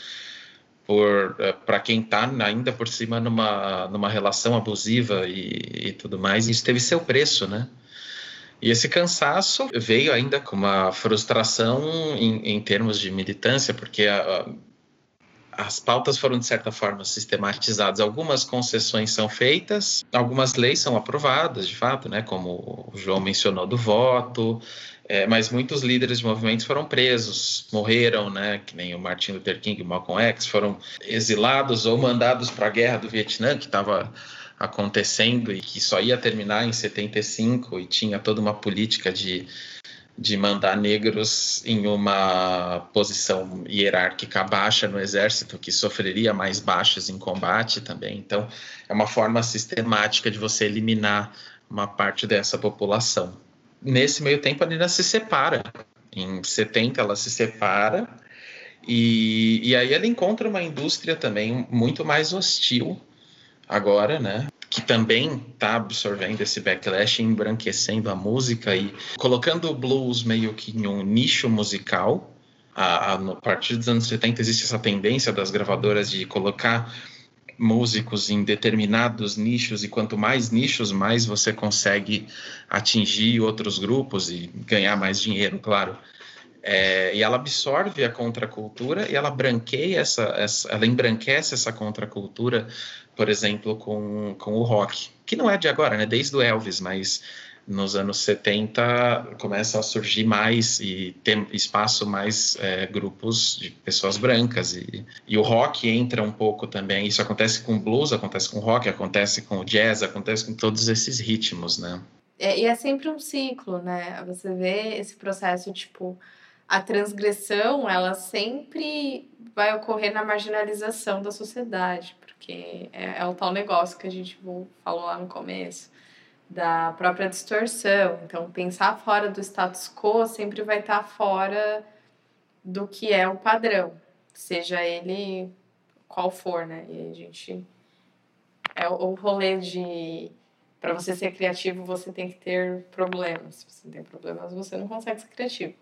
Speaker 2: para quem está ainda por cima numa, numa relação abusiva e, e tudo mais. Isso teve seu preço, né? E esse cansaço veio ainda com uma frustração em, em termos de militância, porque a, a, as pautas foram, de certa forma, sistematizadas. Algumas concessões são feitas, algumas leis são aprovadas, de fato, né? Como o João mencionou do voto, é, mas muitos líderes de movimentos foram presos, morreram, né? Que nem o Martin Luther King e o Malcolm X, foram exilados ou mandados para a guerra do Vietnã, que estava acontecendo e que só ia terminar em setenta e cinco, e tinha toda uma política de, de mandar negros em uma posição hierárquica baixa no exército, que sofreria mais baixas em combate também. Então, é uma forma sistemática de você eliminar uma parte dessa população. Nesse meio tempo, a Nina se separa. Em setenta, ela se separa e, e aí ela encontra uma indústria também muito mais hostil agora, né? Que também está absorvendo esse backlash, embranquecendo a música e colocando o blues meio que em um nicho musical. A, a, a partir dos anos setenta existe essa tendência das gravadoras de colocar músicos em determinados nichos, e quanto mais nichos, mais você consegue atingir outros grupos e ganhar mais dinheiro, claro. É, e ela absorve a contracultura e ela branqueia essa, essa, ela embranquece essa contracultura, por exemplo, com, com o rock, que não é de agora, né? Desde o Elvis, mas nos anos setenta começa a surgir mais e ter espaço mais é, grupos de pessoas brancas, e, e o rock entra um pouco também. Isso acontece com o blues, acontece com o rock, acontece com o jazz, acontece com todos esses ritmos, né?
Speaker 4: É, e é sempre um ciclo, né? Você vê esse processo, tipo, a transgressão, ela sempre vai ocorrer na marginalização da sociedade, porque é, é o tal negócio que a gente falou lá no começo, da própria distorção. Então, pensar fora do status quo sempre vai estar fora do que é o padrão, seja ele qual for, né? E a gente... É o, o rolê de... Para você ser criativo, você tem que ter problemas. Se você não tem problemas, você não consegue ser criativo.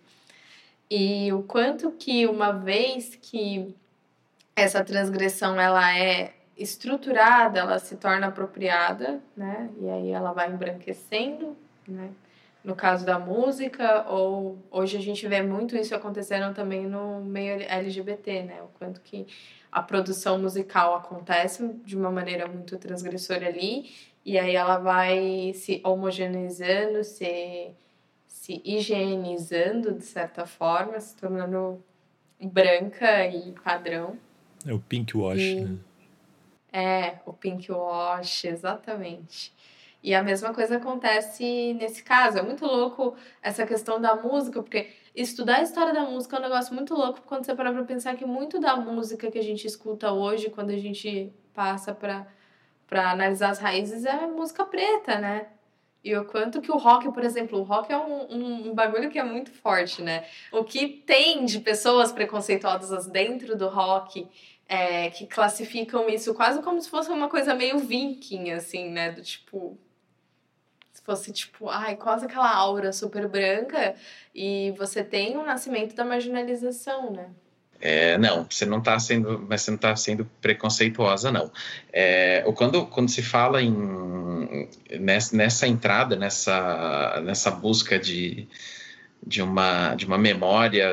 Speaker 4: E o quanto que, uma vez que essa transgressão ela é estruturada, ela se torna apropriada, né? E aí ela vai embranquecendo, né? No caso da música, ou hoje a gente vê muito isso acontecendo também no meio L G B T, né? O quanto que a produção musical acontece de uma maneira muito transgressora ali, e aí ela vai se homogeneizando, se, se higienizando, de certa forma, se tornando branca e padrão.
Speaker 1: É o pink wash,
Speaker 4: E-
Speaker 1: né?
Speaker 4: É, o pink wash, exatamente. E a mesma coisa acontece nesse caso. É muito louco essa questão da música, porque estudar a história da música é um negócio muito louco quando você parar pra pensar que muito da música que a gente escuta hoje, quando a gente passa pra, pra analisar as raízes, é música preta, né? E o quanto que o rock, por exemplo, o rock é um, um, um bagulho que é muito forte, né? O que tem de pessoas preconceituosas dentro do rock é, que classificam isso quase como se fosse uma coisa meio viking, assim, né? Do tipo... Se fosse tipo, ai, quase aquela aura super branca e você tem o nascimento da marginalização, né?
Speaker 2: É, não, você não está sendo, mas você não está sendo preconceituosa, não. É, quando, quando se fala em nessa, nessa entrada, nessa, nessa busca de, de, uma, de uma memória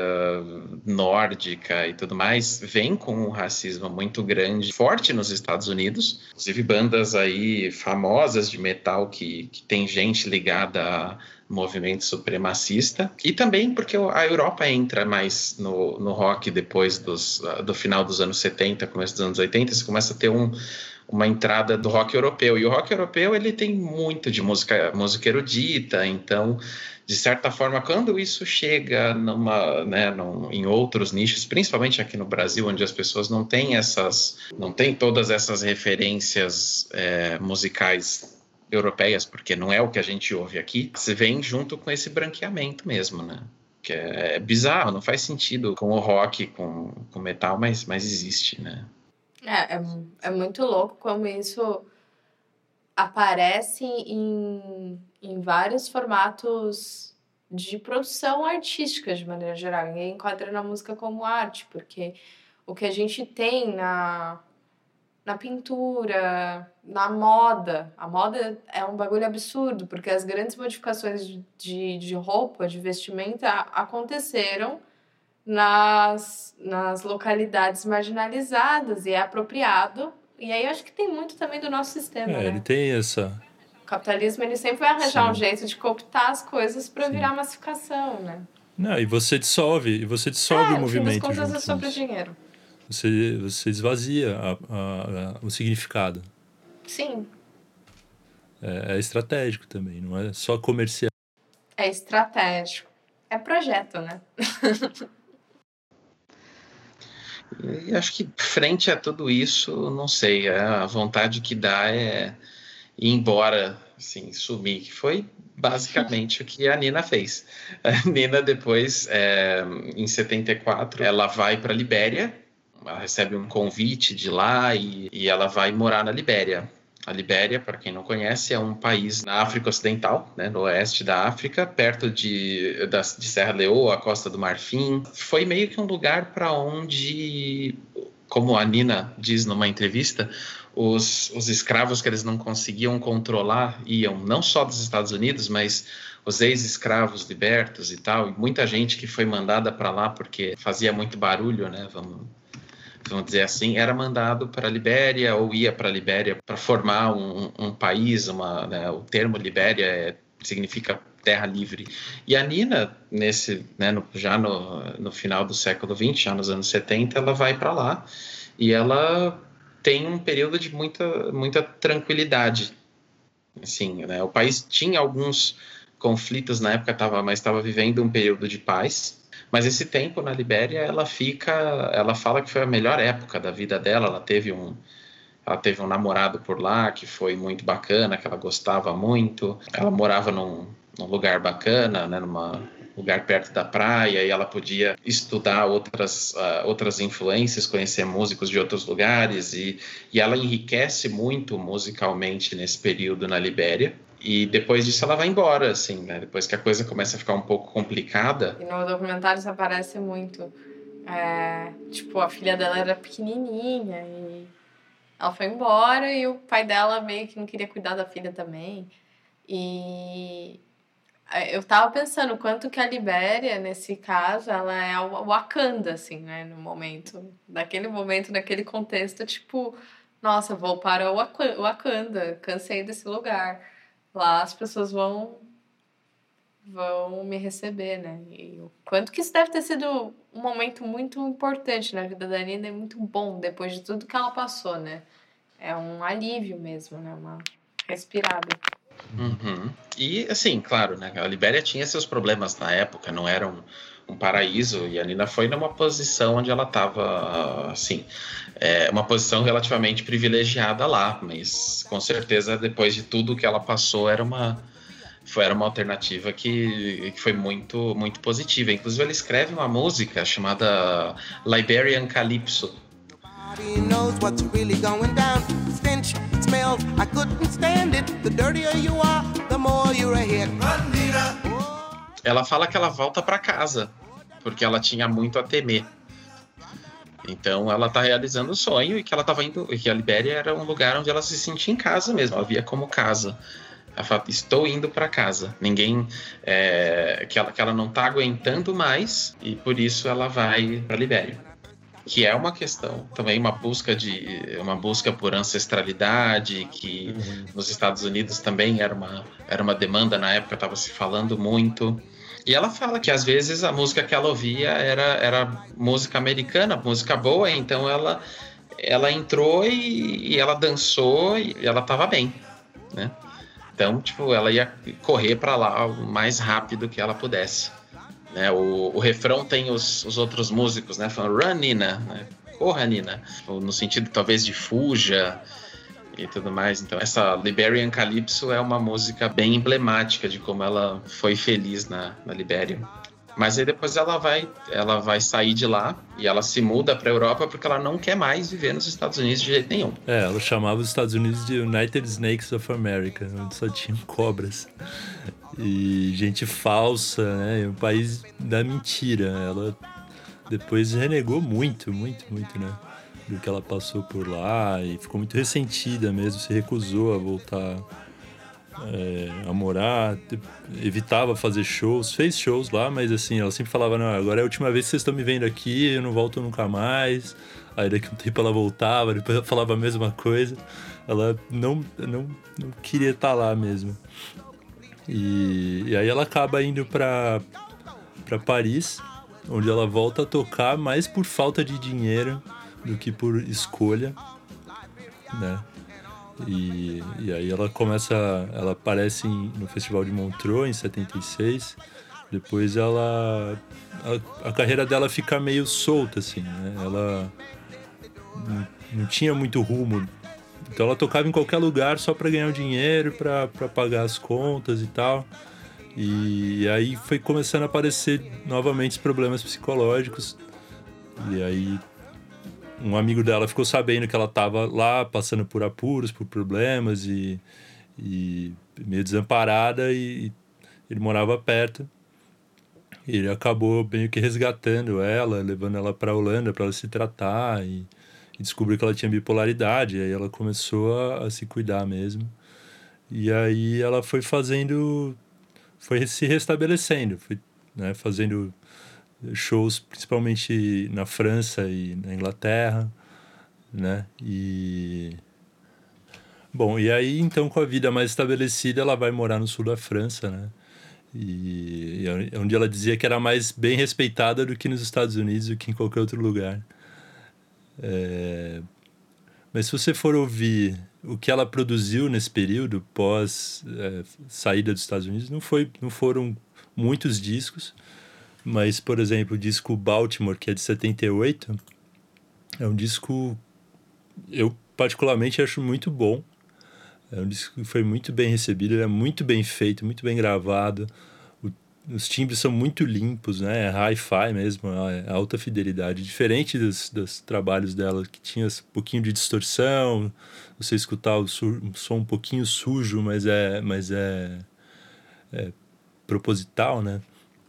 Speaker 2: nórdica e tudo mais, vem com um racismo muito grande, forte nos Estados Unidos. Inclusive bandas aí famosas de metal que, que tem gente ligada a movimento supremacista, e também porque a Europa entra mais no, no rock depois dos, do final dos anos setenta, começo dos anos oitenta, você começa a ter um, uma entrada do rock europeu, e o rock europeu ele tem muito de música, música erudita, então, de certa forma, quando isso chega numa, né, num, em outros nichos, principalmente aqui no Brasil, onde as pessoas não têm essas, não têm todas essas referências é, musicais europeias, porque não é o que a gente ouve aqui, você vem junto com esse branqueamento mesmo, né? Que é, é bizarro, não faz sentido com o rock, com o metal, mas, mas existe, né?
Speaker 4: É, é, é muito louco como isso aparece em, em vários formatos de produção artística, de maneira geral. Ninguém enquadra na música como arte, porque o que a gente tem na... na pintura, na moda. A moda é um bagulho absurdo, porque as grandes modificações de, de, de roupa, de vestimenta, aconteceram nas, nas localidades marginalizadas e é apropriado. E aí eu acho que tem muito também do nosso sistema,
Speaker 1: É,
Speaker 4: né?
Speaker 1: ele tem essa...
Speaker 4: O capitalismo, ele sempre vai arranjar
Speaker 1: Sim.
Speaker 4: um jeito de cooptar as coisas para
Speaker 1: Sim.
Speaker 4: virar massificação, né?
Speaker 1: Não, e você dissolve, e você dissolve
Speaker 4: é,
Speaker 1: o movimento
Speaker 4: no fim das contas
Speaker 1: junto
Speaker 4: é sobre
Speaker 1: com isso.
Speaker 4: dinheiro.
Speaker 1: Você, você esvazia a, a, a, o significado.
Speaker 4: Sim.
Speaker 1: É, é estratégico também, não é só comercial.
Speaker 4: É estratégico. É projeto, né?
Speaker 2: E acho que frente a tudo isso, não sei, a vontade que dá é ir embora, assim, sumir, que foi basicamente o que a Nina fez. A Nina depois, é, em setenta e quatro, ela vai para a Libéria, ela recebe um convite de lá e, e ela vai morar na Libéria. A Libéria, para quem não conhece, é um país na África Ocidental, né, no oeste da África, perto de, da, de Serra Leoa, a Costa do Marfim. Foi meio que um lugar para onde, como a Nina diz numa entrevista, os, os escravos que eles não conseguiam controlar iam não só dos Estados Unidos, mas os ex-escravos libertos e tal. E muita gente que foi mandada para lá porque fazia muito barulho, né, vamos... vamos dizer assim, era mandado para a Libéria ou ia para a Libéria para formar um, um país, uma, né, o termo Libéria é, significa terra livre. E a Nina, nesse, né, no, já no, no final do século vinte, já nos anos setenta, ela vai para lá e ela tem um período de muita, muita tranquilidade. Assim, né, o país tinha alguns conflitos na época, tava, mas estava vivendo um período de paz. Mas esse tempo na Libéria, ela fica, ela fala que foi a melhor época da vida dela. Ela teve um, ela teve um namorado por lá que foi muito bacana, que ela gostava muito. Ela morava num, num lugar bacana, né, numa lugar perto da praia, e ela podia estudar outras, uh, outras influências, conhecer músicos de outros lugares, e, e ela enriquece muito musicalmente nesse período na Libéria. E depois disso ela vai embora, assim, né? Depois que a coisa começa a ficar um pouco complicada.
Speaker 4: E no documentário isso aparece muito. É, tipo, a filha dela era pequenininha e ela foi embora e o pai dela meio que não queria cuidar da filha também. E eu tava pensando quanto que a Libéria, nesse caso, ela é o Wakanda, assim, né? No momento, naquele momento, naquele contexto, tipo, nossa, vou para o Wakanda, cansei desse lugar. Lá as pessoas vão vão me receber, né? E o quanto que isso deve ter sido um momento muito importante na vida da Nina e muito bom depois de tudo que ela passou, né? É um alívio mesmo, né? Uma respirada.
Speaker 2: Uhum. E, assim, claro, né? A Libéria tinha seus problemas na época, não era um, um paraíso, e a Nina foi numa posição onde ela estava, assim, é, uma posição relativamente privilegiada lá, mas com certeza depois de tudo que ela passou era uma, foi, era uma alternativa que, que foi muito, muito positiva. Inclusive, ele escreve uma música chamada Liberian Calypso.
Speaker 5: Nobody knows what's really going down. The stench, it smells, I couldn't stand it. The dirtier you are, the more you're a hit.
Speaker 2: Ela fala que ela volta para casa, porque ela tinha muito a temer. Então ela tá realizando o sonho e que ela tava indo, e que a Libéria era um lugar onde ela se sentia em casa mesmo, ela via como casa. Ela fala, estou indo para casa. Ninguém, é, que, ela, que ela não tá aguentando mais e por isso ela vai para Libéria. Que é uma questão, também uma busca de uma busca por ancestralidade, que uhum. nos Estados Unidos também era uma, era uma demanda, na época estava se falando muito. E ela fala que às vezes a música que ela ouvia era, era música americana, música boa, então ela, ela entrou e, e ela dançou e ela estava bem, né? Então, tipo, ela ia correr para lá o mais rápido que ela pudesse. Né, o, o refrão tem os, os outros músicos, né, falando run Nina, né, corra Nina, no sentido talvez de fuja e tudo mais. Então essa Liberian Calypso é uma música bem emblemática de como ela foi feliz na, na Libéria. Mas aí depois ela vai, ela vai sair de lá e ela se muda para a Europa porque ela não quer mais viver nos Estados Unidos de jeito nenhum.
Speaker 1: É, ela chamava os Estados Unidos de United Snakes of America, onde só tinham cobras. E gente falsa, né? Um país da mentira. Ela depois renegou muito, muito, muito, né? Do que ela passou por lá e ficou muito ressentida mesmo, se recusou a voltar é, a morar, evitava fazer shows, fez shows lá, mas assim, ela sempre falava, não, agora é a última vez que vocês estão me vendo aqui, eu não volto nunca mais. Aí daqui a um tempo ela voltava, depois ela falava a mesma coisa. Ela não, não, não queria estar lá mesmo. E, e aí ela acaba indo para para Paris, onde ela volta a tocar mais por falta de dinheiro do que por escolha, né? E, e aí ela começa, ela aparece em, no Festival de Montreux em setenta e seis. Depois ela a, a carreira dela fica meio solta assim, né? Ela não, não tinha muito rumo. Então ela tocava em qualquer lugar só para ganhar o dinheiro, para pagar as contas e tal. E, e aí foi começando a aparecer novamente os problemas psicológicos. E aí um amigo dela ficou sabendo que ela estava lá passando por apuros, por problemas e, e meio desamparada, e ele morava perto. E ele acabou meio que resgatando ela, levando ela para a Holanda para ela se tratar e E descobriu que ela tinha bipolaridade, aí ela começou a, a se cuidar mesmo. E aí ela foi fazendo, foi se restabelecendo, foi, né, fazendo shows principalmente na França e na Inglaterra, né? E bom, e aí então com a vida mais estabelecida ela vai morar no sul da França, né? E, e onde ela dizia que era mais bem respeitada do que nos Estados Unidos, do que em qualquer outro lugar. É... Mas se você for ouvir o que ela produziu nesse período pós é, saída dos Estados Unidos, não, foi, não foram muitos discos, mas, por exemplo, o disco Baltimore, que é de setenta e oito, é um disco eu particularmente acho muito bom. É um disco que foi muito bem recebido, ele é muito bem feito, muito bem gravado. Os timbres são muito limpos, né? É hi-fi mesmo, é alta fidelidade. Diferente dos, dos trabalhos dela, que tinha um pouquinho de distorção, você escutar o su- um som um pouquinho sujo, mas é, mas é, é proposital, né?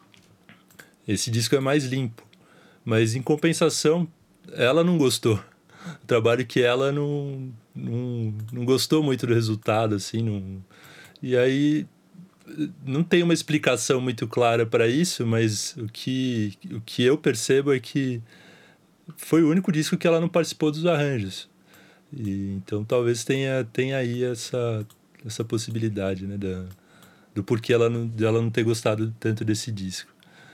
Speaker 1: Esse disco é mais limpo. Mas, em compensação, ela não gostou. O trabalho que ela não, não, não gostou muito do resultado, assim. Não... E aí... Não tem uma explicação muito clara para isso, mas o que, o que eu percebo é que foi o único disco que ela não participou dos arranjos. E, então talvez tenha, tenha aí essa, essa possibilidade, né, da, do porquê ela não, de ela não ter gostado tanto desse disco.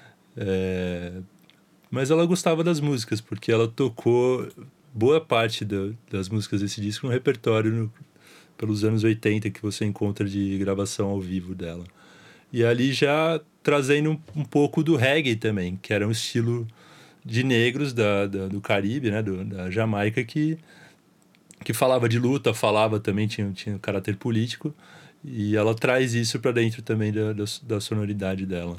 Speaker 1: É, mas ela gostava das músicas, porque ela tocou boa parte da, das músicas desse disco no repertório no, pelos anos oitenta, que você encontra de gravação ao vivo dela. E ali já trazendo um, um pouco do reggae também, que era um estilo de negros da, da, do Caribe, né, do, da Jamaica, que, que falava de luta, falava também, tinha, tinha um caráter político, E ela traz isso para dentro também da, da, da sonoridade dela.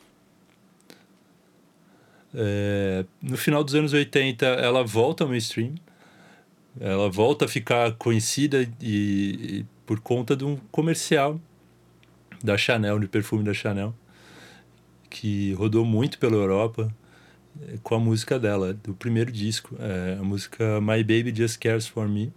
Speaker 1: É, no final dos anos oitenta, ela volta ao mainstream. Ela volta a ficar conhecida e, e por conta de um comercial da Chanel, de perfume da Chanel, que rodou muito pela Europa com a música dela, do primeiro disco, é, a música My Baby Just Cares For Me.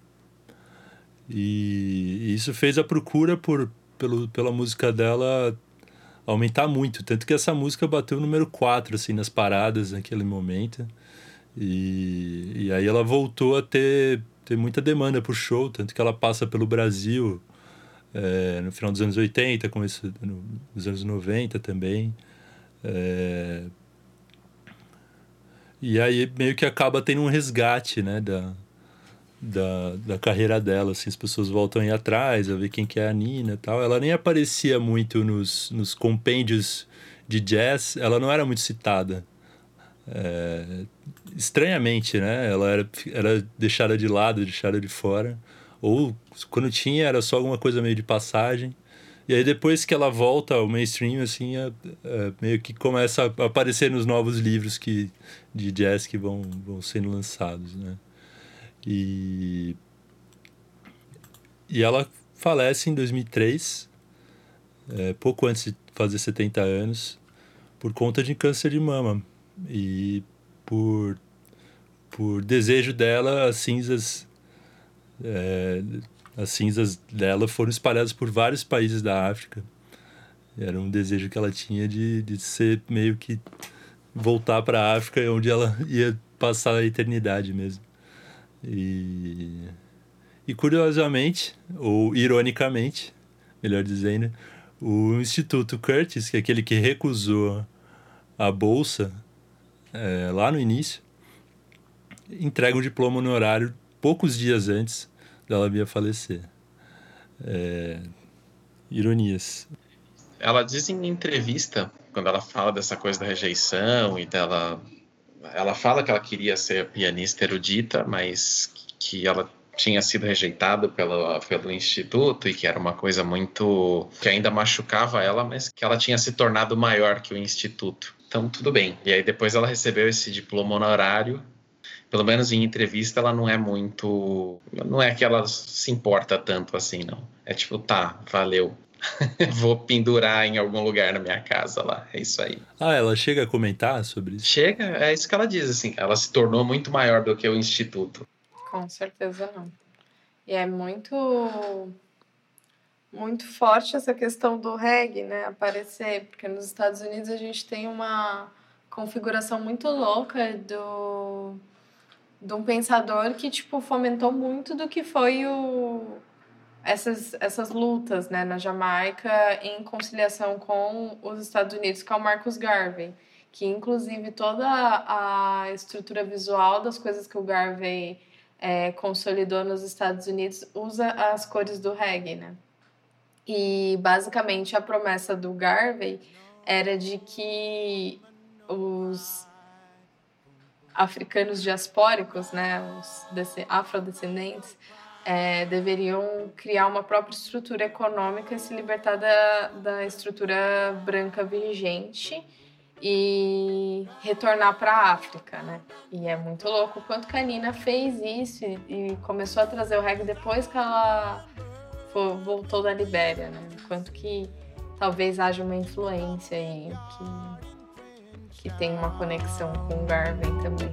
Speaker 1: E isso fez a procura por, pelo, pela música dela aumentar muito, tanto que essa música bateu o número quatro assim, nas paradas naquele momento. E, e aí ela voltou a ter, ter muita demanda por show, tanto que ela passa pelo Brasil é, no final dos anos oitenta, começo dos anos noventa também. É, e aí meio que acaba tendo um resgate, né, da, da, da carreira dela, assim, as pessoas voltam a ir atrás, a ver quem que é a Nina e tal. Ela nem aparecia muito nos, nos compêndios de jazz, ela não era muito citada. É, estranhamente, né? Ela era, era deixada de lado, deixada de fora. Ou, quando tinha, era só alguma coisa meio de passagem. E aí, depois que ela volta ao mainstream, assim, é, é, meio que começa a aparecer nos novos livros que, de jazz que vão, vão sendo lançados, né? E, e ela falece em dois mil e três, é, pouco antes de fazer setenta anos, por conta de câncer de mama. E por, por desejo dela, as cinzas, é, as cinzas dela foram espalhadas por vários países da África. Era um desejo que ela tinha de, de ser meio que voltar para a África, onde ela ia passar a eternidade mesmo. E, e curiosamente, ou ironicamente, melhor dizendo, o Instituto Curtis, que é aquele que recusou a bolsa é, lá no início, entrega um diploma honorário poucos dias antes dela vir a falecer. É, ironias.
Speaker 2: Ela diz em entrevista, quando ela fala dessa coisa da rejeição e dela... Ela fala que ela queria ser pianista erudita, mas que ela tinha sido rejeitada pelo, pelo instituto e que era uma coisa muito... que ainda machucava ela, mas que ela tinha se tornado maior que o instituto. Então, tudo bem. E aí depois ela recebeu esse diploma honorário. Pelo menos em entrevista ela não é muito... Não é que ela se importa tanto assim, não. É tipo, tá, valeu. Vou pendurar em algum lugar na minha casa lá. É isso aí.
Speaker 1: Ah, ela chega a comentar sobre isso?
Speaker 2: Chega, é isso que ela diz, assim. Ela se tornou muito maior do que o instituto.
Speaker 4: Com certeza não. E é muito... muito forte essa questão do reggae, né, aparecer, porque nos Estados Unidos a gente tem uma configuração muito louca do, de um pensador que, tipo, fomentou muito do que foi o, essas, essas lutas, né, na Jamaica em conciliação com os Estados Unidos, que é o Marcus Garvey, que, inclusive, toda a estrutura visual das coisas que o Garvey é, consolidou nos Estados Unidos usa as cores do reggae, né. E, basicamente, a promessa do Garvey era de que os africanos diaspóricos, né, os afrodescendentes, é, deveriam criar uma própria estrutura econômica e se libertar da, da estrutura branca vigente e retornar para a África, né? E é muito louco o quanto que a Nina fez isso e, e começou a trazer o reggae depois que ela... voltou da Libéria, né? Quanto que talvez haja uma influência aí que, que tem uma conexão com o Garvey também.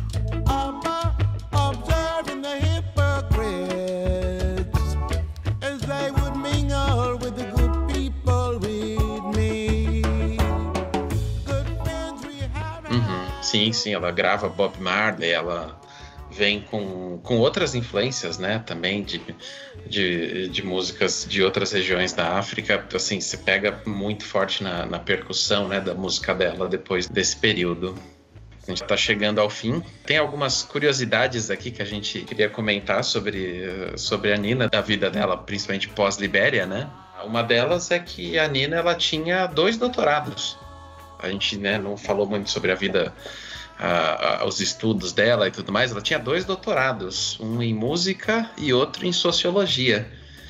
Speaker 5: Observing the hypocrites as they would mingle with the good people with me. Good friends we have.
Speaker 2: Uhum. Sim, sim, ela grava Bob Marley, ela vem com, com outras influências, né, também de, de, de músicas de outras regiões da África. Assim, se pega muito forte na, na percussão, né, da música dela depois desse período. A gente está chegando ao fim. Tem algumas curiosidades aqui que a gente queria comentar sobre, sobre a Nina, da vida dela, principalmente pós-Libéria, né? Uma delas é que a Nina, ela tinha dois doutorados. A gente, né, não falou muito sobre a vida... Uh, os estudos dela e tudo mais. Ela tinha dois doutorados, um em música e outro em sociologia.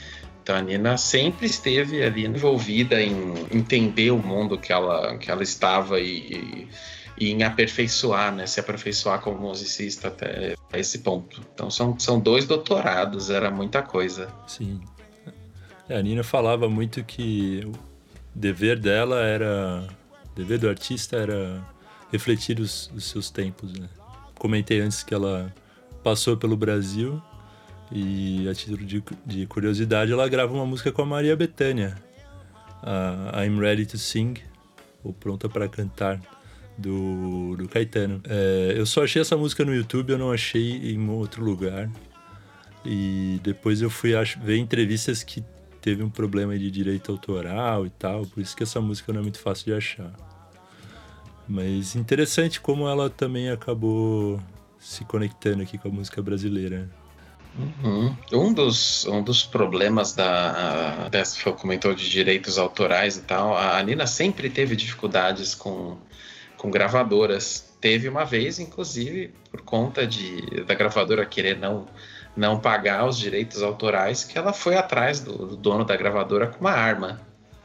Speaker 2: Então a Nina sempre esteve ali envolvida em entender o mundo que ela, que ela estava e, e em aperfeiçoar, né? Se aperfeiçoar como musicista até esse ponto. Então são, são dois doutorados, era muita coisa.
Speaker 1: Sim. É, a Nina falava muito que o dever dela era... O dever do artista era refletir os, os seus tempos, né? Comentei antes que ela passou pelo Brasil e, a título de, de curiosidade, ela grava uma música com a Maria Bethânia, a I'm Ready to Sing, ou Pronta para Cantar, do, do Caetano. É, eu só achei essa música no YouTube, eu não achei em outro lugar. E depois eu fui ach- ver entrevistas que teve um problema de direito autoral e tal, por isso que essa música não é muito fácil de achar. Mas interessante como ela também acabou se conectando aqui com a música brasileira.
Speaker 2: Uhum. Um dos, um dos problemas da... Dessa que comentou de direitos autorais e tal, a Nina sempre teve dificuldades com, com gravadoras. Teve uma vez, inclusive, por conta de, da gravadora querer não, não pagar os direitos autorais, que ela foi atrás do, do dono da gravadora com uma arma.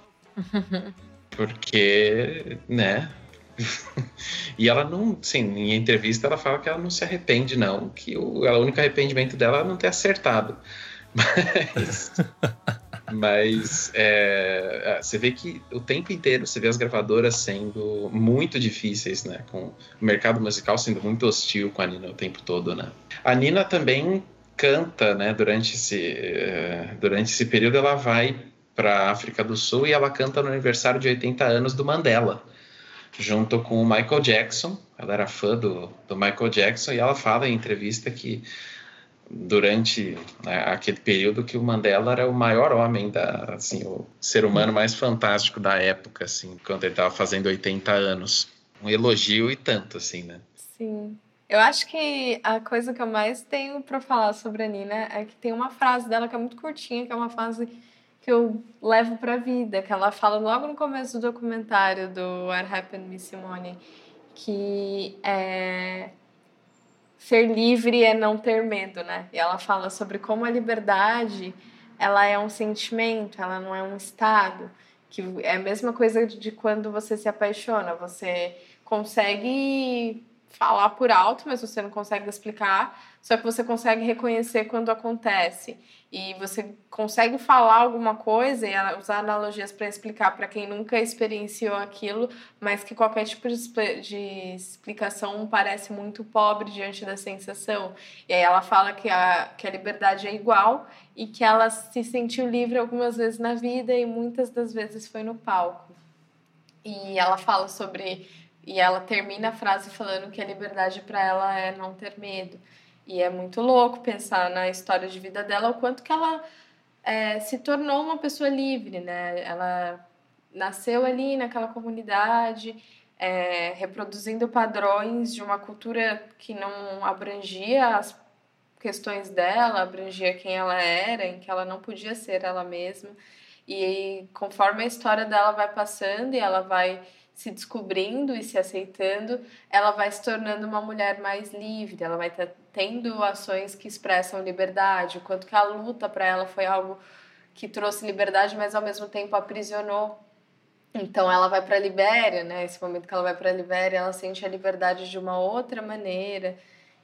Speaker 2: Porque, né... E ela não, sim, em entrevista ela fala que ela não se arrepende não, que o, o único arrependimento dela é não ter acertado. Mas, mas é, você vê que o tempo inteiro você vê as gravadoras sendo muito difíceis, né? Com o mercado musical sendo muito hostil com a Nina o tempo todo, né? A Nina também canta, né? Durante esse, durante esse período ela vai para a África do Sul e ela canta no aniversário de oitenta anos do Mandela, junto com o Michael Jackson. Ela era fã do, do Michael Jackson e ela fala em entrevista que durante, né, aquele período que o Mandela era o maior homem, da, assim, o ser humano mais fantástico da época, assim, quando ele estava fazendo oitenta anos. Um elogio e tanto, assim, né?
Speaker 4: Sim. Eu acho que a coisa que eu mais tenho para falar sobre a Nina é que tem uma frase dela que é muito curtinha, que é uma frase que eu levo pra vida, que ela fala logo no começo do documentário do What Happened Miss Simone, que é ser livre é não ter medo, né? E ela fala sobre como a liberdade, ela é um sentimento, ela não é um estado, que é a mesma coisa de quando você se apaixona, você consegue falar por alto, mas você não consegue explicar, só que você consegue reconhecer quando acontece. E você consegue falar alguma coisa e usar analogias para explicar para quem nunca experienciou aquilo, mas que qualquer tipo de, de explicação parece muito pobre diante da sensação. E aí ela fala que a, que a liberdade é igual e que ela se sentiu livre algumas vezes na vida e muitas das vezes foi no palco. E ela fala sobre... E ela termina a frase falando que a liberdade para ela é não ter medo. E é muito louco pensar na história de vida dela, o quanto que ela é, se tornou uma pessoa livre, né? Ela nasceu ali naquela comunidade, é, reproduzindo padrões de uma cultura que não abrangia as questões dela, abrangia quem ela era, em que ela não podia ser ela mesma. E conforme a história dela vai passando e ela vai se descobrindo e se aceitando, ela vai se tornando uma mulher mais livre, ela vai ter, tendo ações que expressam liberdade, o quanto que a luta para ela foi algo que trouxe liberdade, mas ao mesmo tempo aprisionou. Então ela vai para a Libéria, né? Esse momento que ela vai para a Libéria, ela sente a liberdade de uma outra maneira.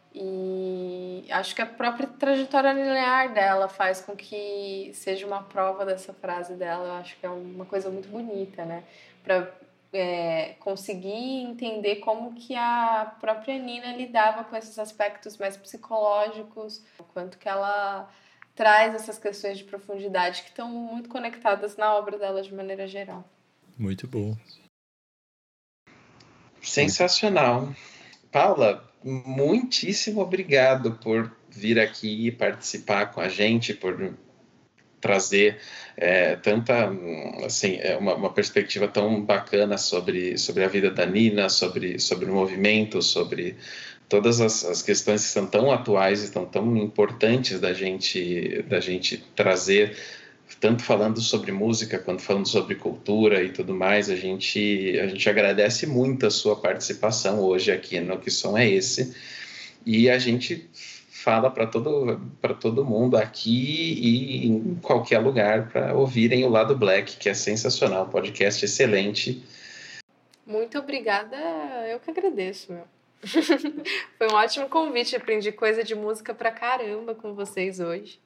Speaker 4: E acho que a própria trajetória linear dela faz com que seja uma prova dessa frase dela. Eu acho que é uma coisa muito bonita, né? Para É, conseguir entender como que a própria Nina lidava com esses aspectos mais psicológicos, o quanto que ela traz essas questões de profundidade que estão muito conectadas na obra dela de maneira geral.
Speaker 1: Muito bom.
Speaker 2: Sensacional. Paula, muitíssimo obrigado por vir aqui e participar com a gente, por trazer é, tanta, assim, é uma, uma perspectiva tão bacana sobre, sobre a vida da Nina, sobre, sobre o movimento, sobre todas as, as questões que são tão atuais e estão tão importantes da gente, da gente trazer, tanto falando sobre música quanto falando sobre cultura e tudo mais. A gente, a gente agradece muito a sua participação hoje aqui no Que Som É Esse? E a gente fala para todo, para todo mundo aqui e em qualquer lugar para ouvirem o Lado Black, que é sensacional, podcast excelente.
Speaker 4: Muito obrigada, eu que agradeço, meu. Foi um ótimo convite, aprendi coisa de música pra caramba com vocês hoje.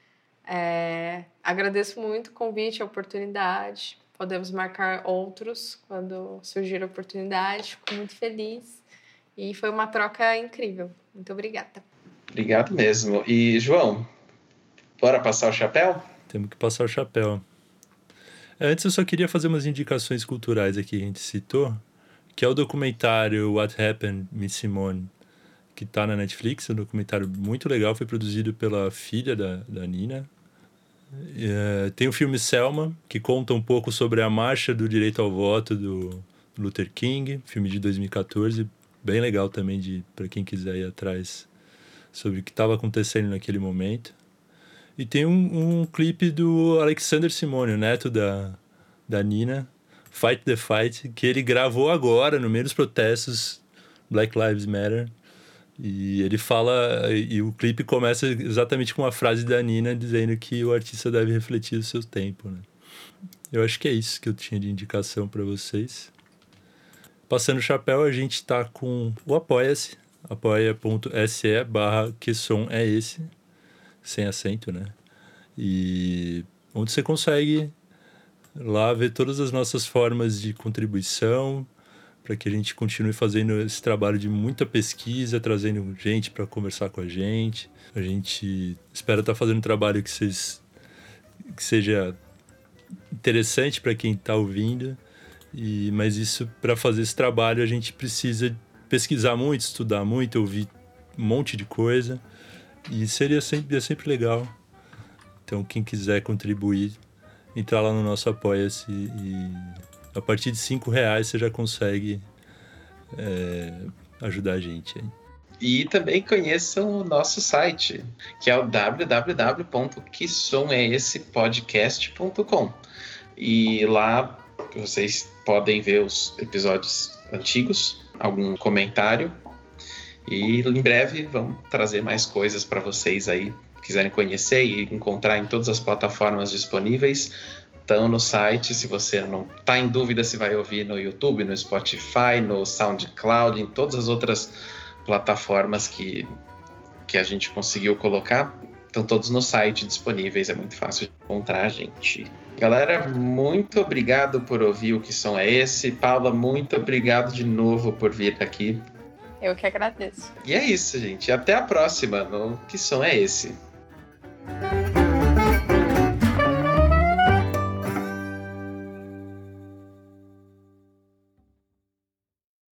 Speaker 4: É, agradeço muito o convite, a oportunidade. Podemos marcar outros quando surgir a oportunidade. Fico muito feliz. E foi uma troca incrível. Muito obrigada.
Speaker 2: Obrigado mesmo. E, João, bora passar o chapéu?
Speaker 1: Temos que passar o chapéu. Antes eu só queria fazer umas indicações culturais aqui que a gente citou, que é o documentário What Happened, Miss Simone, que está na Netflix. É um documentário muito legal, foi produzido pela filha da, da Nina. É, tem o filme Selma, que conta um pouco sobre a marcha do direito ao voto do Luther King, filme de dois mil e catorze, bem legal também para quem quiser ir atrás sobre o que estava acontecendo naquele momento. E tem um, um clipe do Alexander Simone, o neto da, da Nina, Fight the Fight, que ele gravou agora, no meio dos protestos Black Lives Matter. E ele fala, e o clipe começa exatamente com uma frase da Nina dizendo que o artista deve refletir o seu tempo, né? Eu acho que é isso que eu tinha de indicação para vocês. Passando o chapéu, a gente está com o Apoia-se, apoia.se barra que som é esse, sem acento, né? E onde você consegue lá ver todas as nossas formas de contribuição para que a gente continue fazendo esse trabalho de muita pesquisa, trazendo gente para conversar com a gente. A gente espera estar fazendo um trabalho que, vocês, que seja interessante para quem está ouvindo, e, mas isso, para fazer esse trabalho, a gente precisa pesquisar muito, estudar muito, ouvir um monte de coisa, e seria sempre, é sempre legal. Então, quem quiser contribuir, entrar lá no nosso Apoia-se e a partir de cinco reais você já consegue é, ajudar a gente aí.
Speaker 2: E também conheçam o nosso site, que é o w w w ponto que som é esse podcast ponto com. E lá vocês podem ver os episódios antigos, algum comentário. E em breve vamos trazer mais coisas para vocês aí, quiserem conhecer e encontrar em todas as plataformas disponíveis. Estão no site. Se você não está em dúvida se vai ouvir no YouTube, no Spotify, no SoundCloud, em todas as outras plataformas que, que a gente conseguiu colocar, estão todos no site disponíveis. É muito fácil de encontrar a gente. Galera, muito obrigado por ouvir o Que Som É Esse. Paula, muito obrigado de novo por vir aqui.
Speaker 4: Eu que agradeço.
Speaker 2: E é isso, gente. Até a próxima no Que Som É Esse.